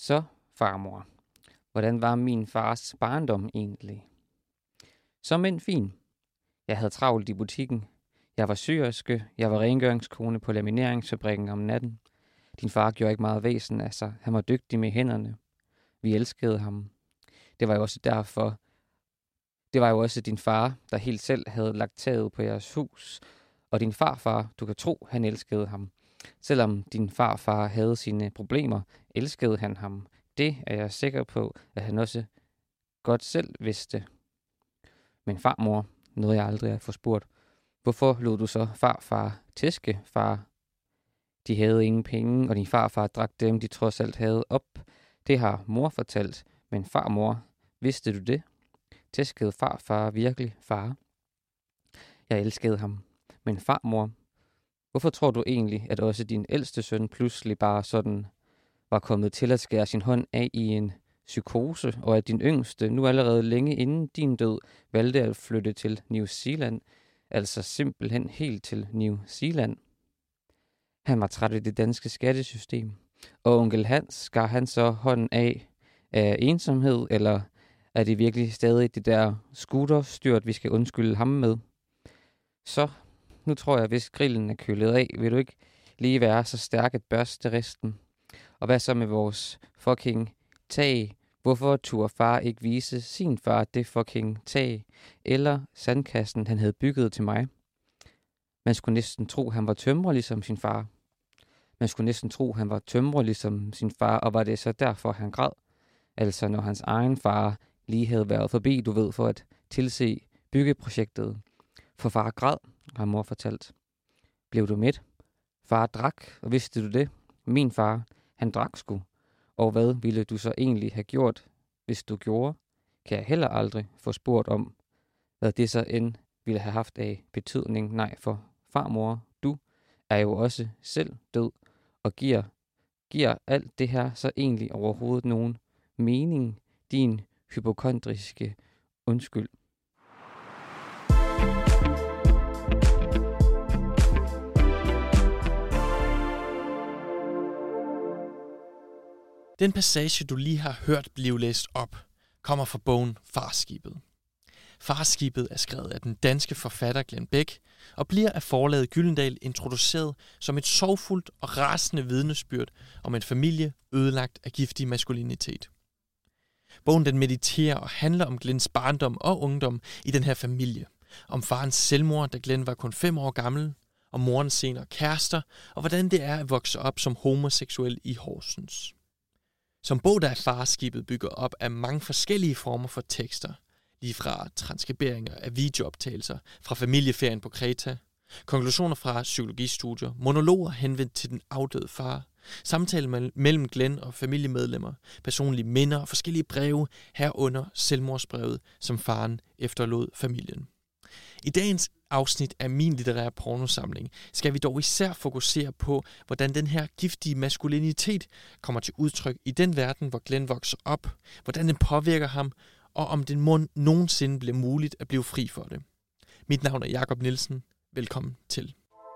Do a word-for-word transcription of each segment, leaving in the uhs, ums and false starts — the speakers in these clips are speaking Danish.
Så, farmor, hvordan var min fars barndom egentlig? Som en fin. Jeg havde travlt i butikken. Jeg var syerske. Jeg var rengøringskone på lamineringsfabrikken om natten. Din far gjorde ikke meget væsen af sig. Han var dygtig med hænderne. Vi elskede ham. Det var jo også derfor. Det var jo også din far, der helt selv havde lagt taget på jeres hus. Og din farfar, du kan tro, han elskede ham. Selvom din farfar havde sine problemer, elskede han ham. Det er jeg sikker på, at han også godt selv vidste. Men farmor, nåede jeg aldrig at få spurgt. Hvorfor lod du så farfar tæske, far? De havde ingen penge, og din farfar drak dem, de trods alt havde op. Det har mor fortalt, men farmor, vidste du det? Tæskede farfar virkelig far? Jeg elskede ham. Men farmor, hvorfor tror du egentlig, at også din ældste søn pludselig bare sådan var kommet til at skære sin hånd af i en psykose, og at din yngste nu allerede længe inden din død valgte at flytte til New Zealand, altså simpelthen helt til New Zealand? Han var træt af det danske skattesystem, og onkel Hans skar han så hånden af af ensomhed, eller er det virkelig stadig det der scooterstyrt, vi skal undskylde ham med? Så, nu tror jeg, hvis grillen er kølet af, vil du ikke lige være så stærk at børste resten. Og hvad så med vores fucking tag? Hvorfor turde far ikke vise sin far det fucking tag? Eller sandkassen, han havde bygget til mig? Man skulle næsten tro, han var tømrer ligesom sin far. Man skulle næsten tro, han var tømrer ligesom sin far, og var det så derfor, han græd? Altså når hans egen far lige havde været forbi, du ved, for at tilse byggeprojektet. For far græd, har mor fortalt. Blev du mæt? Far drak, og vidste du det? Min far, han drak sgu. Og hvad ville du så egentlig have gjort, hvis du gjorde? Kan jeg heller aldrig få spurgt om, hvad det så end ville have haft af betydning. Nej, for farmor, du er jo også selv død, og giver, giver alt det her så egentlig overhovedet nogen mening, din hypokondriske undskyld. Den passage, du lige har hørt blive læst op, kommer fra bogen Farskibet. Farskibet er skrevet af den danske forfatter Glenn Bech og bliver af forlaget Gyldendal introduceret som et sorgfuldt og rasende vidnesbyrd om en familie ødelagt af giftig maskulinitet. Bogen den mediterer og handler om Glenns barndom og ungdom i den her familie. Om farens selvmord, da Glenn var kun fem år gammel, om morens senere kærester, og hvordan det er at vokse op som homoseksuel i Horsens. Som bog der er Farskibet bygger op af mange forskellige former for tekster, lige fra transkriberinger af videooptagelser fra familieferien på Kreta, konklusioner fra psykologistudier, monologer henvendt til den afdøde far, samtaler mellem Glenn og familiemedlemmer, personlige minder og forskellige breve, herunder selvmordsbrevet, som faren efterlod familien. I dagens afsnit af min litterære pornosamling skal vi dog især fokusere på, hvordan den her giftige maskulinitet kommer til udtryk i den verden, hvor Glenn vokser op, hvordan den påvirker ham, og om det må nogensinde bliver muligt at blive fri for det. Mit navn er Jakob Nielsen. Velkommen til.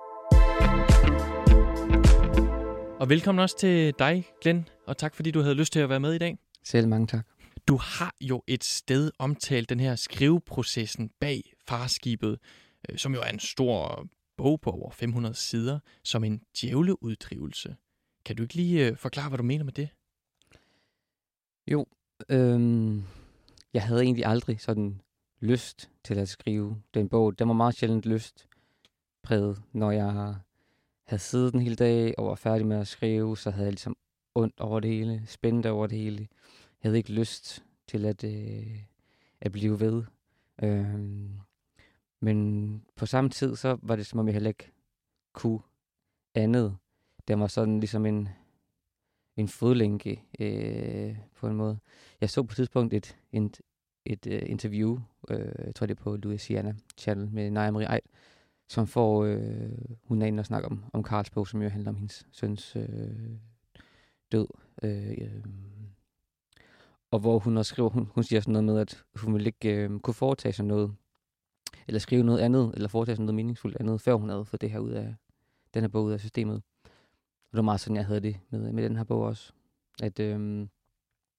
Og velkommen også til dig, Glenn, og tak fordi du havde lyst til at være med i dag. Selv mange tak. Du har jo et sted omtalt den her skriveprocessen bag Farskibet, som jo er en stor bog på over fem hundrede sider, som en djævleuddrivelse. Kan du ikke lige forklare, hvad du mener med det? Jo, øhm, jeg havde egentlig aldrig sådan lyst til at skrive den bog. Den var meget sjældent lystpræget. Når jeg havde siddet den hele dag og var færdig med at skrive, så havde jeg ligesom ondt over det hele, spændt over det hele. Jeg havde ikke lyst til at, øh, at blive ved. Øhm, men på samme tid, så var det som om jeg heller ikke kunne andet. Det var sådan ligesom en, en fodlænke øh, på en måde. Jeg så på et tidspunkt et, et, et uh, interview, øh, jeg tror det er på Louisiana Channel, med Naja Marie Eid, som får, øh, hun er inde og snakker om, om Karls bog, som jo handler om hendes søns øh, død. Øh, øh, og hvor hun også skriver, hun, hun siger sådan noget med, at hun ville ikke øh, kunne foretage sig noget, eller skrive noget andet, eller foretage sig noget meningsfuldt andet, før hun havde fået det her ud af, den her bog ud af systemet. Og det var meget sådan, jeg havde det med, med den her bog også. At øh,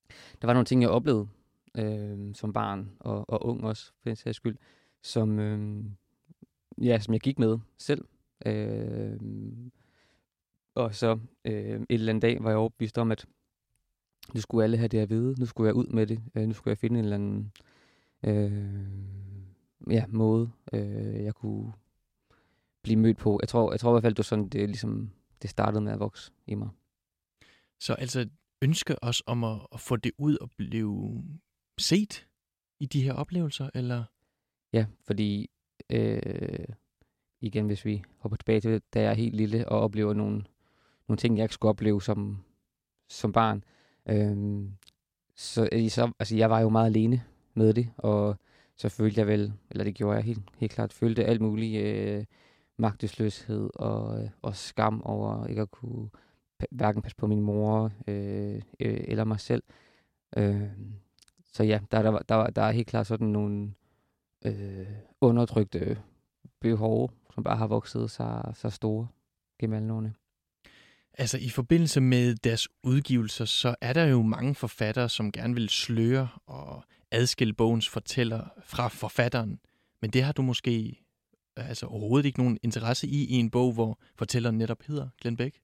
Der var nogle ting, jeg oplevede øh, som barn og, og ung også, for den sags skyld, som, øh, ja, som jeg gik med selv. Øh, og så øh, et eller andet dag var jeg overbevist om, at nu skulle alle have det at vide. Nu skulle jeg ud med det. Øh, nu skulle jeg finde en eller anden øh, ja, måde, øh, jeg kunne blive mødt på. Jeg tror, jeg tror i hvert fald, det var sådan, det, ligesom, det startede med at vokse i mig. Så altså ønske os om at, at få det ud og blive set i de her oplevelser, eller? Ja, fordi øh, igen, hvis vi hopper tilbage til det, da jeg er helt lille og oplever nogle, nogle ting, jeg ikke skulle opleve som, som barn, øh, så, så altså, jeg var jo meget alene med det, og så følte jeg vel, eller det gjorde jeg helt, helt klart, følte alt muligt øh, magtesløshed og, og skam over ikke at kunne hverken passe på min mor øh, øh, eller mig selv. Øh, så ja, der, der, der, der er helt klart sådan nogle øh, undertrykte behov, som bare har vokset sig så store gennem alle årene. Altså i forbindelse med deres udgivelser, så er der jo mange forfattere, som gerne vil sløre og adskille bogens fortæller fra forfatteren. Men det har du måske altså overhovedet ikke nogen interesse i, i en bog, hvor fortælleren netop hedder Glenn Bech?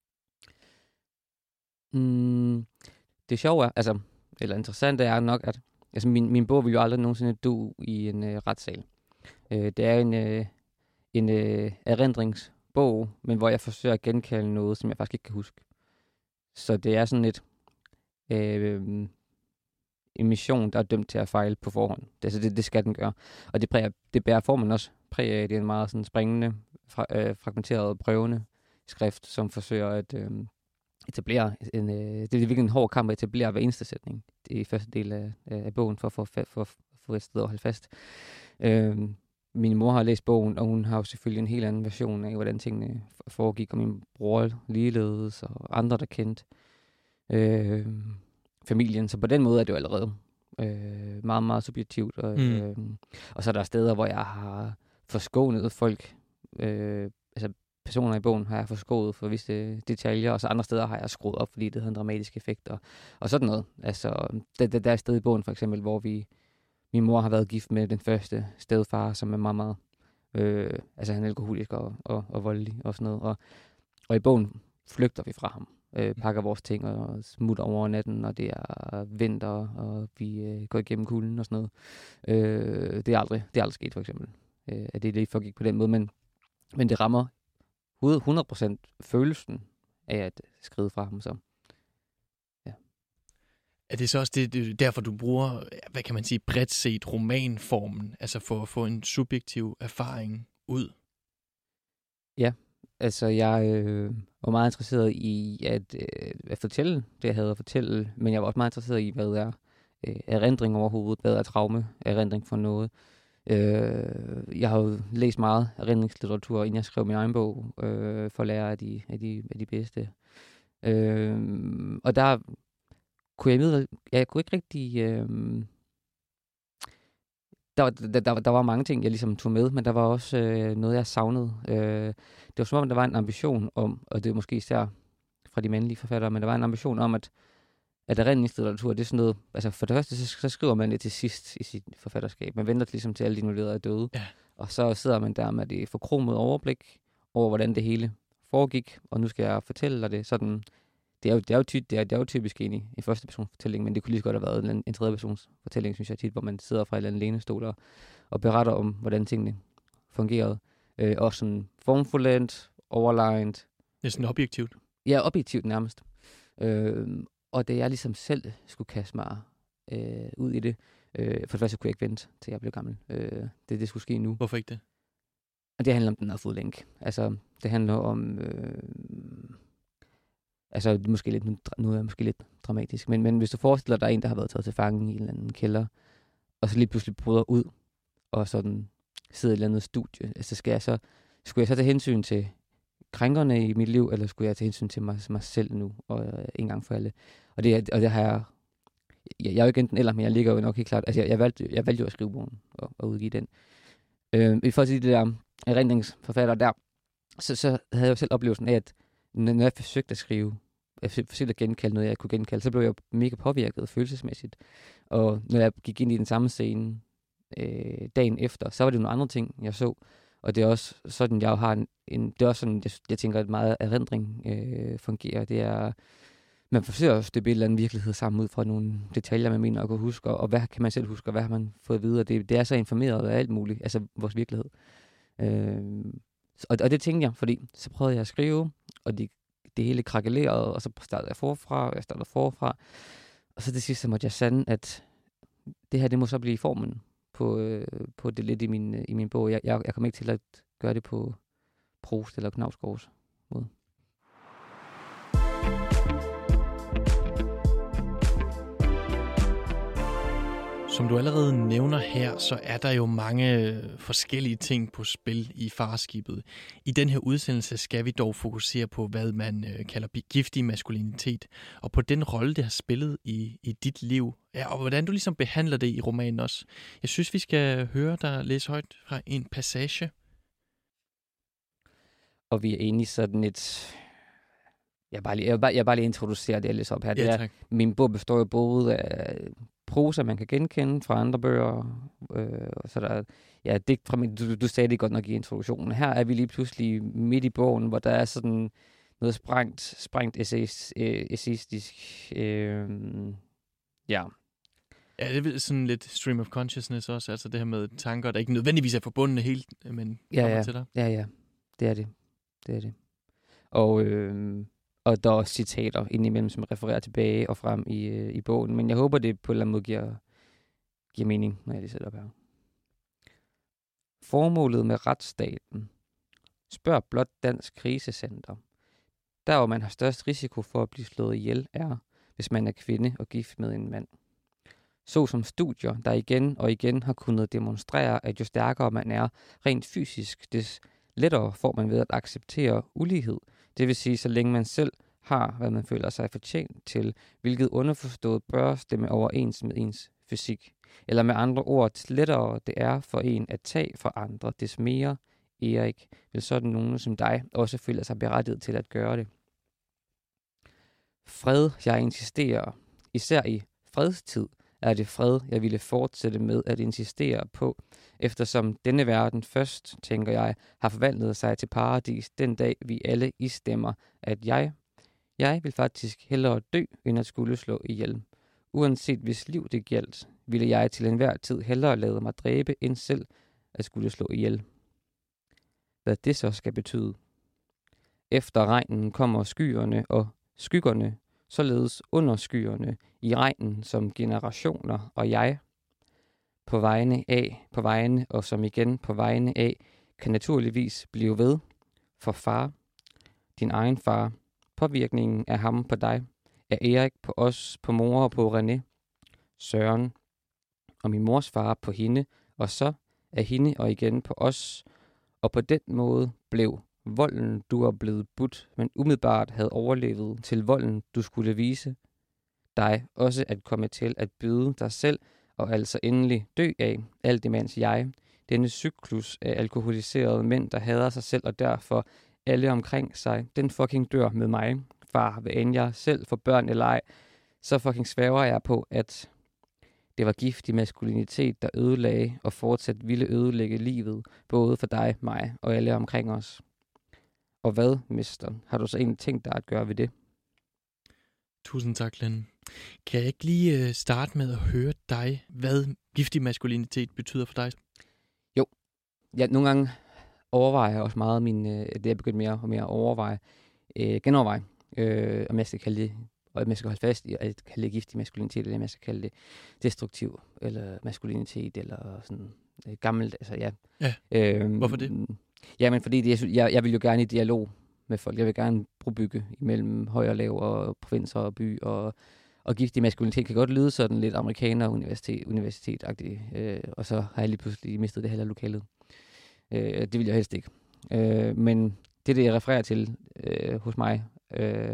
Mm, det sjove er, altså, eller interessante er nok, at altså, min, min bog vil jo aldrig nogensinde du i en øh, retssal. Øh, det er en, øh, en øh, erindringsbog, men hvor jeg forsøger at genkalde noget, som jeg faktisk ikke kan huske. Så det er sådan et øh, en mission, der er dømt til at fejle på forhånd. Det, altså det, det skal den gøre. Og det, præger, det bærer formen også præg af. Det er en meget sådan springende, fra, øh, fragmenteret, prøvende skrift, som forsøger at øh, etablere en... Øh, det er virkelig en hård kamp at etablere hver eneste sætning. Det er i første del af, af bogen, for at få, for, for, for et sted at holde fast. Øh, min mor har læst bogen, og hun har jo selvfølgelig en helt anden version af, hvordan tingene foregik, og min bror ligeledes, og andre, der kendte øh, familien. Så på den måde er det jo allerede øh, meget, meget subjektivt. Og, mm. øh, og så er der steder, hvor jeg har forskånet folk, øh, altså personer i bogen har jeg forskånet for visse detaljer, og så andre steder har jeg skruet op, fordi det havde en dramatisk effekt, og, og sådan noget. Altså, der, der, der er et sted i bogen, for eksempel, hvor vi min mor har været gift med den første stedfar, som er meget, meget øh, altså han er alkoholisk og, og, og voldelig og sådan noget. Og, og i bogen flygter vi fra ham, øh, pakker vores ting og smutter over natten, og det er vinter, og vi øh, går igennem kulden og sådan noget. Øh, det er aldrig, det er aldrig sket, for eksempel, øh, at det lige foregik på den måde, men, men det rammer hundrede procent følelsen af at skride fra ham, så. Er det så også det, det derfor, du bruger, hvad kan man sige, bredt set romanformen, altså for at få en subjektiv erfaring ud? Ja, altså jeg øh, var meget interesseret i at, øh, at fortælle det, jeg havde at fortælle, men jeg var også meget interesseret i, hvad er øh, erindring overhovedet, hvad er traume, erindring for noget. Øh, jeg har jo læst meget erindringslitteratur, inden jeg skrev min egen bog, øh, for at lære af de, af de, af de bedste. Øh, og der kunne jeg med, jeg kunne ikke rigtig, øh, der, der, der, der var mange ting, jeg ligesom tog med, men der var også øh, noget, jeg savnede. Øh, det var som om, der var en ambition om, og det er måske især fra de mandlige forfattere, men der var en ambition om, at, at erindringslitteratur, det er sådan noget, altså for det første, så, så skriver man det til sidst i sit forfatterskab. Man venter ligesom til alle de involverede er døde, ja. Og så sidder man der med det forkromede overblik over, hvordan det hele foregik, og nu skal jeg fortælle dig det sådan. Det er jo, det er jo, ty, det er, det er jo typisk en i første persons fortælling, men det kunne lige så godt have været en, en tredje persons fortælling, synes jeg tit, hvor man sidder fra et eller andet lænestol og, og beretter om, hvordan tingene fungerede. Øh, også sådan formfuldendt, overlegnet. Næsten objektivt. Ja, objektivt nærmest. Øh, og da jeg ligesom selv skulle kaste mig øh, ud i det, øh, for det første kunne jeg ikke vente, til jeg blev gammel. Øh, det, det skulle ske nu. Hvorfor ikke det? Og det handler om den her fodlænk. Altså, det handler om... Øh, Altså, det er måske lidt, nu er jeg måske lidt dramatisk, men, men hvis du forestiller dig en, der har været taget til fange i en eller anden kælder, og så lige pludselig bryder ud, og sådan sidder i et eller andet studie, altså skal jeg så, skulle jeg så tage hensyn til krænkerne i mit liv, eller skulle jeg tage hensyn til mig, mig selv nu, og øh, en gang for alle? Og det, og det har jeg, jeg, jeg er jo ikke enten eller, men jeg ligger jo nok helt klart, altså jeg, jeg, valgte, jeg valgte jo at skrive bogen, og, og udgive den. Øh, I forhold til det der erindringsforfatter der, så, så havde jeg jo selv oplevelsen af, at når jeg forsøgte at skrive jeg forsøgte at genkalde noget, jeg kunne genkalde, så blev jeg mega påvirket følelsesmæssigt. Og når jeg gik ind i den samme scene øh, dagen efter, så var det nogle andre ting, jeg så. Og det er også sådan, jeg har en, en det er også sådan, jeg, jeg tænker, at meget erindring øh, fungerer. Det er, man forsøger at støbe et eller andet virkelighed sammen ud fra nogle detaljer, man mener at kunne huske, og, og hvad kan man selv huske, og hvad har man fået videre. Det, det er så informeret af alt muligt, altså vores virkelighed. Øh, og, og det tænkte jeg, fordi så prøvede jeg at skrive, og det, det hele krakelerede, og så startede jeg forfra, og jeg startede forfra. Og så det sidste måtte jeg sande, at det her, det må så blive formen på, øh, på det lidt i min, i min bog. Jeg, jeg, jeg kommer ikke til at gøre det på Proust eller Knausgårds måde. Som du allerede nævner her, så er der jo mange forskellige ting på spil i Farskibet. I den her udsendelse skal vi dog fokusere på, hvad man kalder giftig maskulinitet, og på den rolle, det har spillet i, i dit liv, ja, og hvordan du ligesom behandler det i romanen også. Jeg synes, vi skal høre dig læse højt fra en passage. Og vi er inde i sådan et... Jeg bare lige, jeg bare, jeg bare lige introducerer det, jeg læser op her. Ja, det er, min bog består jo både af prosa, man kan genkende fra andre bøger. Øh, så der er ja, digt fra min, du, du sagde det godt nok i introduktionen. Her er vi lige pludselig midt i bogen, hvor der er sådan noget sprængt, sprængt essays, øh, essayistisk. Øh, ja. Ja, det er sådan lidt stream of consciousness også, altså det her med tanker, der ikke nødvendigvis er forbundne helt, men ja, kommer ja. til dig. Ja, ja, det er det. Det er det. Og... Øh, Og der er også citater indimellem, som refererer tilbage og frem i, øh, i bogen. Men jeg håber, det på en eller anden måde giver, giver mening, når jeg lige sætter op her. Formålet med retsstaten. Spørg blot Dansk Krisecenter. Der, hvor man har størst risiko for at blive slået ihjel, er, hvis man er kvinde og gift med en mand. Så som studier, der igen og igen har kunnet demonstrere, at jo stærkere man er rent fysisk, des lettere får man ved at acceptere ulighed. Det vil sige, så længe man selv har, hvad man føler sig fortjent til, hvilket underforstået bør stemme overens med ens fysik. Eller med andre ord, des lettere det er for en at tage for andre, des mere, Erik, vil sådan nogen som dig også føle sig berettiget til at gøre det. Fred, jeg insisterer, især i fredstid, er det fred, jeg ville fortsætte med at insistere på, eftersom denne verden først, tænker jeg, har forvandlet sig til paradis den dag, vi alle istemmer, at jeg, jeg vil faktisk hellere dø, end at skulle slå ihjel. Uanset hvis liv det gjaldt, ville jeg til enhver tid hellere lade mig dræbe, end selv at skulle slå ihjel. Hvad det så skal betyde. Efter regnen kommer skyerne og skyggerne, således under skyerne, i regnen som generationer og jeg, på vegne af, på vegne og som igen på vegne af, kan naturligvis blive ved, for far, din egen far, påvirkningen af ham på dig, af Erik på os, på mor og på René, Søren, og min mors far på hende, og så af hende og igen på os, og på den måde blev volden, du er blevet budt, men umiddelbart havde overlevet til volden, du skulle vise dig også at komme til at byde dig selv, og altså endelig dø af, alt imens jeg, denne cyklus af alkoholiserede mænd, der hader sig selv og derfor alle omkring sig, den fucking dør med mig, far, hvad end jeg selv får børn eller ej, så fucking svæver jeg på, at det var giftig maskulinitet, der ødelagde og fortsat ville ødelægge livet, både for dig, mig og alle omkring os. Og hvad, mister, har du så egentlig tænkt dig at gøre ved det? Tusind tak, Glenn. Kan jeg ikke lige starte med at høre dig, hvad giftig maskulinitet betyder for dig? Jo, ja, nogle gange overvejer jeg også meget min, det er begyndt mere og mere at overveje, øh, genoverveje, øh, om jeg skal kalde det, og om jeg skal holde fast i at kalde det giftig maskulinitet, eller om jeg skal kalde det destruktiv, eller maskulinitet, eller sådan øh, gammelt, altså ja. Ja, øh, hvorfor det? Ja, men fordi det, jeg, jeg vil jo gerne i dialog med folk. Jeg vil gerne brobygge imellem høj og lav og provinser og by, og, og giftig maskulinitet kan godt lyde sådan lidt amerikaner universitet, universitet-agtigt, øh, og så har jeg lige pludselig mistet det hele lokalet. Øh, det vil jeg helst ikke. Øh, men det, det jeg refererer til øh, hos mig, øh,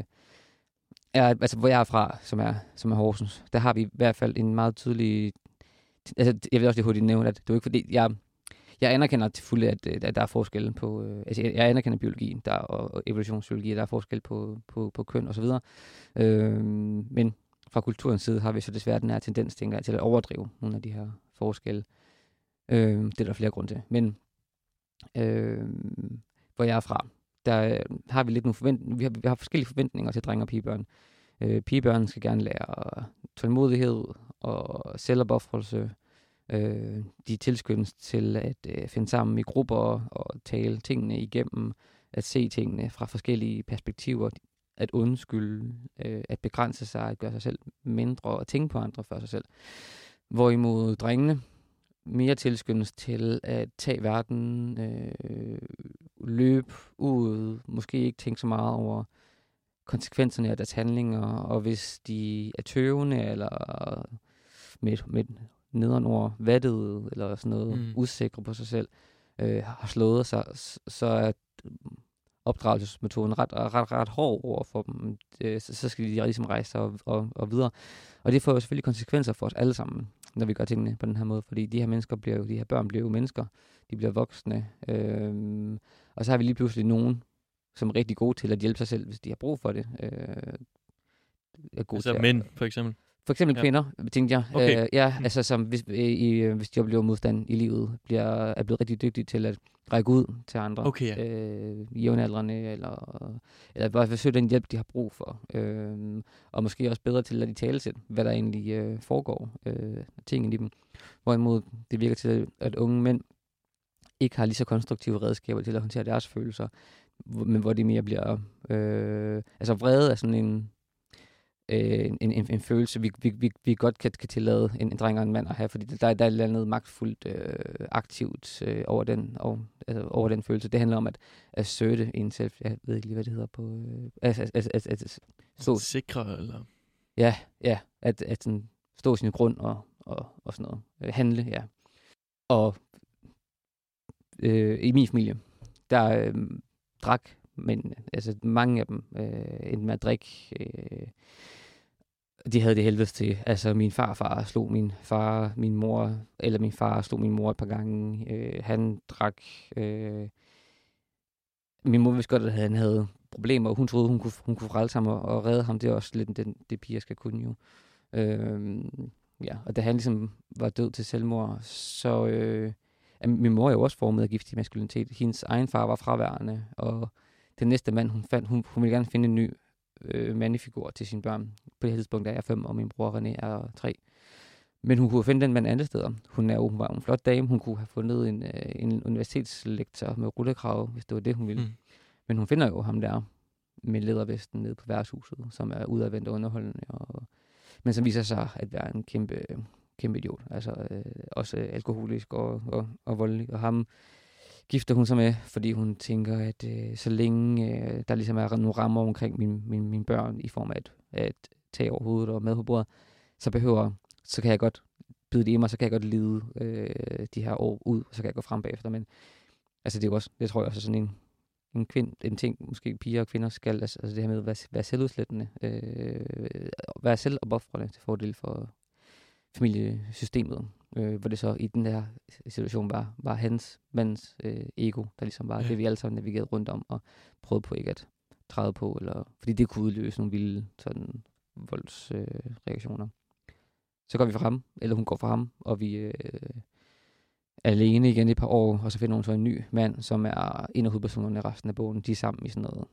er, altså hvor jeg er fra, som er, som er Horsens, der har vi i hvert fald en meget tydelig, altså jeg vil også lige hurtigt nævne, at det er ikke fordi, jeg jeg anerkender til fulde, at, at der er forskel på, øh, altså jeg, jeg anerkender biologi der, og, og evolutionspsykologi, der er forskel på, på, på køn og så videre. Øh, men fra kulturens side har vi så desværre den her tendens, tænker jeg, til at overdrive nogle af de her forskelle. Øh, det er der flere grunde til. Men øh, hvor jeg er fra, der har vi lidt nogle forventninger. Vi har, vi har forskellige forventninger til drenge og pigebørn. Øh, pigebørn skal gerne lære tålmodighed og selvopofrelse. Øh, de tilskyndes til at øh, finde sammen i grupper og tale tingene igennem, at se tingene fra forskellige perspektiver, at undskylde, øh, at begrænse sig, at gøre sig selv mindre og tænke på andre for sig selv. Hvorimod drengene mere tilskyndes til at tage verden, øh, løbe ud, måske ikke tænke så meget over konsekvenserne af deres handlinger, og hvis de er tøvende eller med, med nederen ord vattede eller sådan noget, mm. usikre på sig selv, øh, har slået sig, så er opdragelsesmetoden ret, ret, ret hård over for dem. Øh, så, så skal de ligesom rejse sig og, og, og videre. Og det får jo selvfølgelig konsekvenser for os alle sammen, når vi gør tingene på den her måde, fordi de her mennesker bliver jo, de her børn bliver jo mennesker, de bliver voksne, øh, og så har vi lige pludselig nogen, som er rigtig gode til at hjælpe sig selv, hvis de har brug for det. Øh, er gode altså til mænd, at, for eksempel? For eksempel ja. kvinder, tænkte jeg. Okay. Øh, ja, altså som hvis, i, hvis de oplever modstand i livet, bliver, er blevet rigtig dygtige til at række ud til andre. Okay, ja. øh, jævnaldrende, eller, eller bare forsøge den hjælp, de har brug for. Øh, og måske også bedre til at de tale til, hvad der egentlig øh, foregår, øh, tingene i dem. Hvorimod det virker til, at unge mænd ikke har lige så konstruktive redskaber til at håndtere deres følelser, men hvor de mere bliver... Øh, altså vrede er sådan en... En, en, en følelse, vi, vi, vi, vi godt kan, kan tillade en, en dreng og en mand at have, fordi der, der er et eller andet magtfuldt øh, aktivt øh, over, den, og, altså, over den følelse. Det handler om at asserte en selv. Jeg ved ikke lige, hvad det hedder på... Øh, altså, altså, altså, altså, stå, sikre, eller... Ja, ja. At, at sådan, stå sin grund og, og, og sådan noget. Øh, handle, ja. Og øh, i min familie, der øh, drak, men altså mange af dem øh, endte med at drikke... Øh, De havde det helvedes til. Altså, min farfar slog min far, min mor, eller min far slog min mor et par gange. Øh, han drak. Øh, min mor vidste godt, at han havde problemer, og hun troede, hun kunne, hun kunne frelse ham og, og redde ham. Det er også lidt den, det piger skal kunne jo. Øh, ja, og da han ligesom var død til selvmord, så... Øh, min mor er jo også formet af giftig maskulinitet. Hendes egen far var fraværende, og den næste mand, hun fandt, hun, hun ville gerne finde en ny øh, mandefigur til sine børn. På det her tidspunkt er jeg fem, og min bror René er tre. Men hun kunne finde den mand andre steder. Hun, er jo, hun var en flot dame. Hun kunne have fundet en, øh, en universitetslektor med rullekrav, hvis det var det, hun ville. Mm. Men hun finder jo ham der med lædervesten nede på værtshuset, som er udadvendt og underholdende. Og, men som viser sig at være en kæmpe, kæmpe idiot. Altså øh, også alkoholisk og, og, og voldelig. Og ham gifter hun sig med, fordi hun tænker, at øh, så længe øh, der ligesom er nogle rammer omkring mine min, min børn i form af at, at tage over hovedet og mad på bordet, så behøver, så kan jeg godt bide det i mig, så kan jeg godt lide øh, de her år ud, og så kan jeg gå frem bagefter. Men altså det er jo også, det tror jeg også er sådan en, en, kvind, en ting, måske piger og kvinder skal, altså, altså det her med at være, være selvudslættende, øh, være selvopofrende til fordel for familiesystemet, øh, hvor det så i den her situation var, var hans mands øh, ego, der ligesom var ja. det, vi alle sammen navigerede rundt om, og prøvede på ikke at træde på, eller, fordi det kunne udløse nogle vilde sådan, voldsreaktioner. Øh, så går vi fra ham, eller hun går fra ham, og vi øh, er alene igen i et par år, og så finder hun så en ny mand, som er en af hovedpersonerne i resten af bogen. De er sammen i sådan noget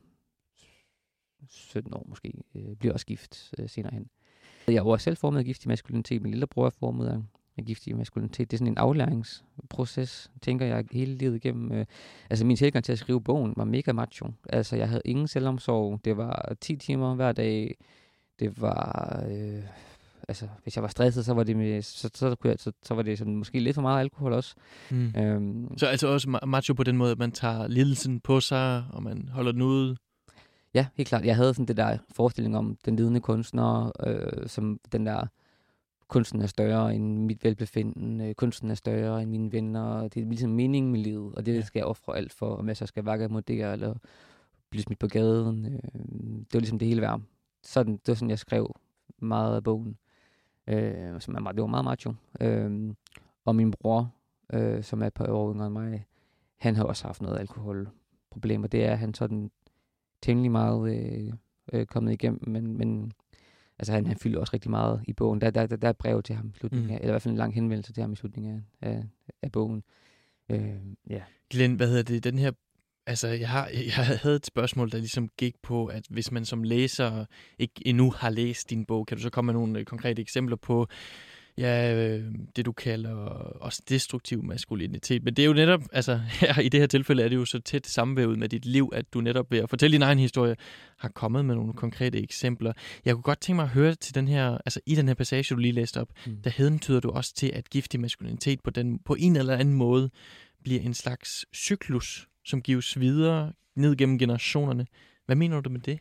sytten år måske, øh, bliver også gift øh, senere hen. Jeg var selv formet af giftig maskulinitet. Min lillebror er formet af, af giftig maskulinitet. Det er sådan en aflæringsproces, tænker jeg, hele livet igennem. Øh, altså min tilgang til at skrive bogen var mega macho. Altså jeg havde ingen selvomsorg. Det var ti timer hver dag. Det var... Øh, altså hvis jeg var stresset, så var det med, så, så, så, så, så var det sådan, måske lidt for meget alkohol også. Mm. Øhm, så altså også macho på den måde, at man tager lidelsen på sig, og man holder den ude? Ja, helt klart. Jeg havde sådan det der forestilling om den lidende kunstner, øh, som den der, kunsten er større end mit velbefindende, øh, kunsten er større end mine venner, det er ligesom meningen med livet, og det ja. skal jeg ofre alt for, om jeg så skal vagabondere eller blive smidt på gaden. Øh, det var ligesom det hele værd. Sådan, det var sådan, jeg skrev meget af bogen, øh, som er, det var meget macho. Øh, og min bror øh, som er et par år yngre end mig, han har også haft noget alkoholproblemer. Det er han sådan temmelig meget øh, øh, kommet igennem, men, men altså han, han fylder også rigtig meget i bogen. Der, der, der, der er et brev til ham i slutningen af, mm. eller i hvert fald en lang henvendelse til ham i slutningen af, af, af bogen. Øh, ja. Glenn, hvad hedder det, den her, altså jeg, har, jeg havde et spørgsmål, der ligesom gik på, at hvis man som læser ikke endnu har læst din bog, kan du så komme med nogle konkrete eksempler på, ja, det du kalder også destruktiv maskulinitet. Men det er jo netop, altså her, i det her tilfælde er det jo så tæt sammenvævet med dit liv, at du netop ved at fortælle din egen historie, har kommet med nogle konkrete eksempler. Jeg kunne godt tænke mig at høre til den her, altså i den her passage, du lige læste op, mm. der hentyder du også til, at giftig maskulinitet på, den, på en eller anden måde bliver en slags cyklus, som gives videre ned gennem generationerne. Hvad mener du med det?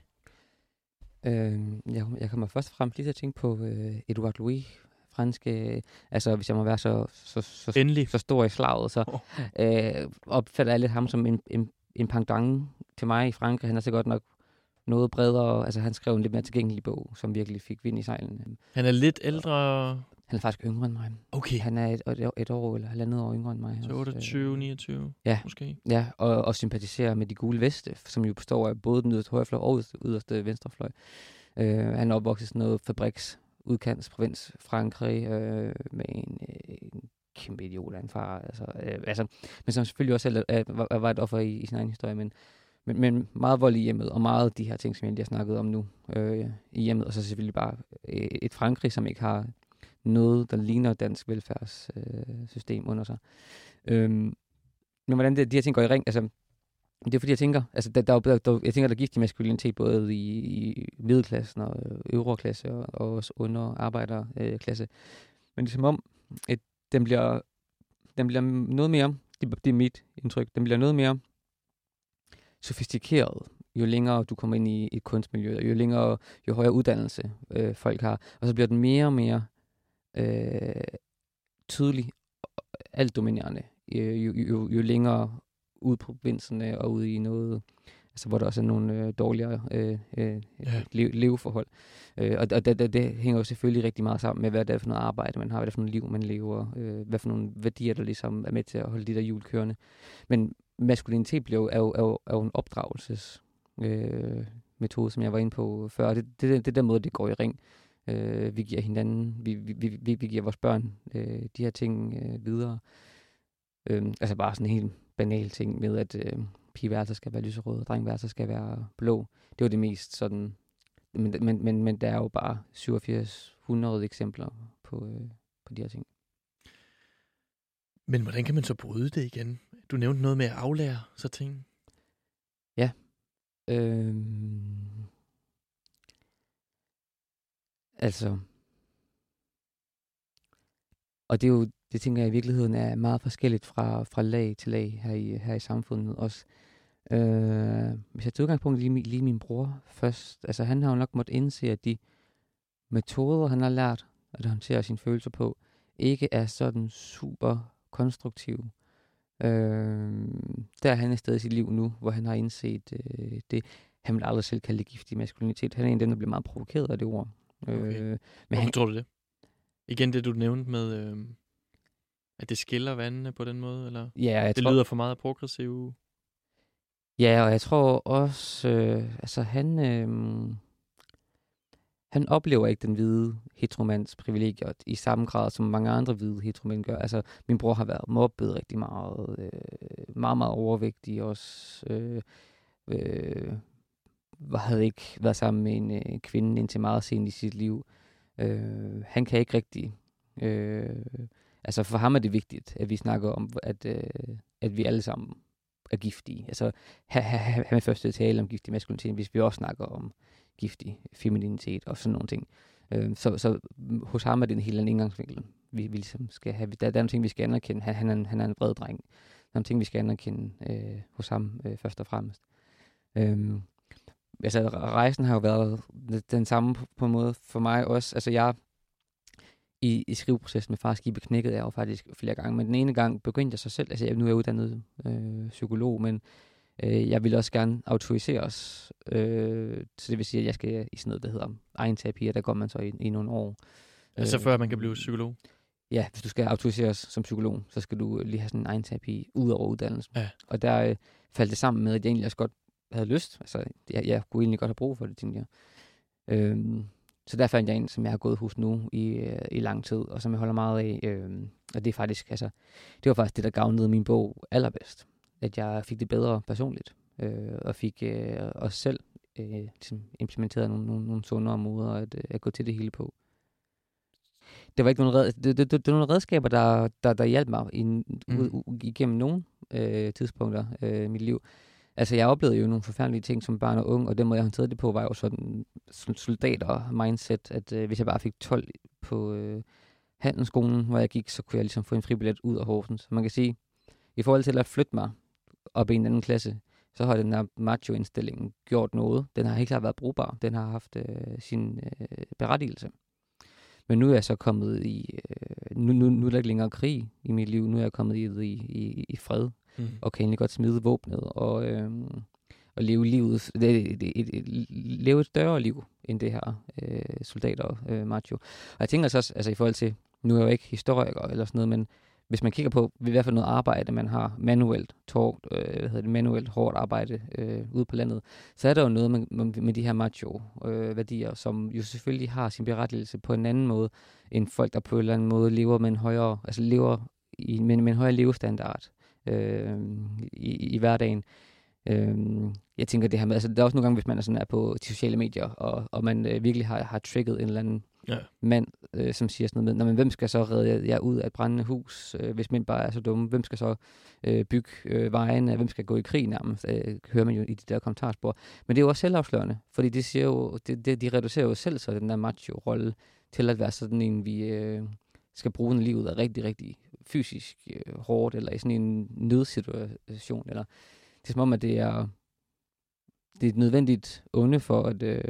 Øh, jeg, jeg kommer først og fremmest lige til at tænke på øh, Edouard Louis, franske, altså hvis jeg må være så, så, så, så stor i slaget, så oh. øh, opfatter jeg lidt ham som en, en, en pendant til mig i Frankrig. Han er så godt nok noget bredere, altså han skrev en lidt mere tilgængelig bog, som virkelig fik vind i sejlen. Han er lidt ældre? Han er faktisk yngre end mig. Okay. Han er et, et, et år eller halvandet år yngre end mig. Så otteogtyve, niogtyve ja, måske? Ja, og, og sympatiserer med de gule veste, som jo består af både den yderste højrefløj og yderste venstrefløj. Øh, han er opvokset sådan noget fabriks udkantsprovins Frankrig øh, med en, øh, en kæmpe idiot af en far. Altså, øh, altså, men som selvfølgelig også selv øh, var, var et offer i, i sin egen historie, men, men, men meget vold i hjemmet, og meget de her ting, som jeg lige har snakket om nu øh, i hjemmet, og så selvfølgelig bare øh, et Frankrig, som ikke har noget, der ligner dansk velfærdssystem øh, under sig. Øh, men hvordan det, de her ting går i ring, altså det er fordi, jeg tænker, altså der, der, der, der, jeg tænker, der er giftig maskulinitet både i, i middelklassen og øvre klasse og, og også under arbejderklasse. Men det er som om, at den bliver, den bliver noget mere, det, det er mit indtryk, den bliver noget mere sofistikeret, jo længere du kommer ind i et kunstmiljø, og jo længere, jo højere uddannelse øh, folk har. Og så bliver den mere og mere øh, tydelig, alt dominerende, jo, jo, jo, jo længere ude på provinserne og ude i noget, altså hvor der også er nogle øh, dårligere øh, øh, ja. le- leveforhold. Øh, og og det, det, det hænger jo selvfølgelig rigtig meget sammen med, hvad det er for noget arbejde, man har, hvad det er for noget liv, man lever, øh, hvad for nogle værdier, der ligesom er med til at holde de der hjul kørende. Men maskulinitet bliver jo, er, jo, er, jo, er jo en opdragelses øh, metode, som jeg var inde på før. Og det, det, det, det der måde, det går i ring. Øh, vi giver hinanden, vi, vi, vi, vi giver vores børn øh, de her ting øh, videre. Øh, altså bare sådan en helt banal ting med, at øh, pigeværelser skal være lyserøde, og drengeværelser skal være blå. Det var det mest sådan, men, men, men, men der er jo bare syvogfirs hundrede eksempler på, øh, på de her ting. Men hvordan kan man så bryde det igen? Du nævnte noget med at aflære så ting. Ja. Øh, altså, og det er jo, det tænker jeg i virkeligheden er meget forskelligt fra, fra lag til lag her i, her i samfundet også. Øh, hvis jeg tager udgangspunkt lige, lige min bror først, altså han har jo nok måttet indse, at de metoder, han har lært at håndtere sine følelser på, ikke er sådan super konstruktive. Øh, der er han et sted i sit liv nu, hvor han har indset øh, det. Han vil aldrig selv kalde det giftig maskulinitet. Han er en af dem, der bliver meget provokeret af det ord. Okay. Øh, men Hvorfor han, tror du det? Igen det, du nævnte med, øh, at det skiller vandene på den måde, eller? Ja, jeg det tror, lyder for meget progressivt. Ja, og jeg tror også, øh, altså han, øh, han oplever ikke den hvide heteromans privilegier i samme grad, som mange andre hvide heteromænd gør. Altså, min bror har været mobbet rigtig meget, øh, meget, meget overvægtig også, øh, øh, havde ikke været sammen med en øh, kvinde indtil meget sent i sit liv. Øh, han kan ikke rigtig, øh, altså for ham er det vigtigt, at vi snakker om, at, øh, at vi alle sammen er giftige. Altså, han er først til at tale om giftig maskulinitet, hvis vi også snakker om giftig femininitet og sådan nogle ting. Øh, så, så hos ham er det en helt anden indgangsvinkel. Vi, vi ligesom skal have, der, der er nogle ting, vi skal anerkende. Han, han, er, han er en bred dreng. Der er nogle ting, vi skal anerkende øh, hos ham øh, først og fremmest. Øh, altså, rejsen har jo været den samme på, på en måde for mig også. Altså, jeg i, i skriveprocessen med Farskibet knækkede jeg jo faktisk flere gange, men den ene gang begyndte jeg så selv, altså jeg, nu er jeg uddannet øh, psykolog, men øh, jeg vil også gerne autoriseres, øh, så det vil sige, at jeg skal i sådan noget, der hedder egen terapi, og der går man så i, i nogle år. Altså øh, før man kan blive psykolog? ja, hvis du skal autoriseres som psykolog, så skal du lige have sådan en egen terapi ud over uddannelsen. Ja. Og der øh, faldt det sammen med, at jeg egentlig også godt havde lyst. Altså, jeg, jeg kunne egentlig godt have brug for det, tænkte jeg. Øhm, så der fandt jeg en, som jeg har gået hos nu i, øh, i lang tid, og som jeg holder meget af. Øhm, og det er faktisk, altså, det var faktisk det, der gavnede min bog allerbedst. At jeg fik det bedre personligt, øh, og fik øh, også selv øh, ligesom implementeret nogle, nogle, nogle sundere måder at, at gå til det hele på. Det var ikke nogle, red, det, det, det, det var nogle redskaber, der, der, der hjalp mig i, mm. ud, igennem nogle øh, tidspunkter øh, i mit liv. Altså, jeg oplevede jo nogle forfærdelige ting som barn og ung, og den måde, jeg håndterede det på, var jo sådan soldater-mindset, at øh, hvis jeg bare fik tolv på øh, handelsskolen, hvor jeg gik, så kunne jeg ligesom få en fribillet ud af Horsens. Så man kan sige, i forhold til at flytte mig op i en anden klasse, så har den her macho-indstilling gjort noget. Den har helt klart været brugbar. Den har haft øh, sin øh, berettigelse. Men nu er jeg så kommet i, øh, nu, nu, nu er der ikke længere krig i mit liv, nu er jeg kommet i, i, i, i fred, mm. og kan egentlig godt smide våbnet, og, øh, og leve livet, det, det, det, et, leve et større liv, end det her øh, soldater øh, macho. Og jeg tænker så også, altså i forhold til, nu er jeg jo ikke historiker eller sådan noget, men hvis man kigger på, i hvert fald noget arbejde, man har manuelt, tårt, øh, hvad hedder det, manuelt hårdt arbejde øh, ude på landet, så er der jo noget med, med, med de her macho-værdier, øh, som jo selvfølgelig har sin berettigelse på en anden måde, end folk, der på en eller anden måde lever med en højere, altså lever i, med, med en højere levestandard øh, i, i hverdagen. Øh, jeg tænker det her med, altså der er også nogle gange, hvis man er sådan er på de sociale medier, og, og man øh, virkelig har, har trigget en eller anden ja. mand, øh, som siger sådan noget med, men hvem skal så redde jer ud af et brændende hus, øh, hvis mænd bare er så dumme? Hvem skal så øh, bygge øh, vejene? Hvem skal gå i krig nærmest? Øh, hører man jo i de der kommentarspor. Men det er jo også selvafslørende, fordi det siger jo, det, det, de reducerer jo selv så den der macho-rolle til at være sådan en, vi øh, skal bruge en livet af rigtig, rigtig fysisk øh, hårdt, eller i sådan en nødsituation, eller det er som om, at det er, det er et nødvendigt onde for, at øh,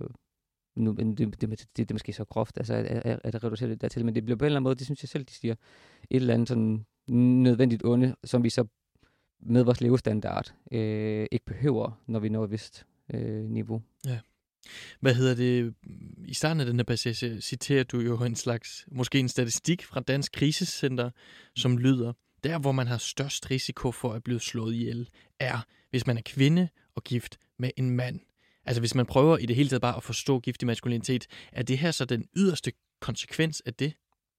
nu, det, det, det, det, det er måske så groft, altså at, at, at reducere det dertil, men det bliver på en eller anden måde, det synes jeg selv, de siger, et eller andet sådan nødvendigt onde, som vi så med vores levestandard øh, ikke behøver, når vi når et vist øh, niveau. Ja. Hvad hedder det? I starten af den her passage citerer du jo en slags, måske en statistik fra Dansk Krisecenter, som lyder, der hvor man har størst risiko for at blive slået ihjel, er, hvis man er kvinde og gift med en mand. Altså hvis man prøver i det hele taget bare at forstå giftig maskulinitet, er det her så den yderste konsekvens af det?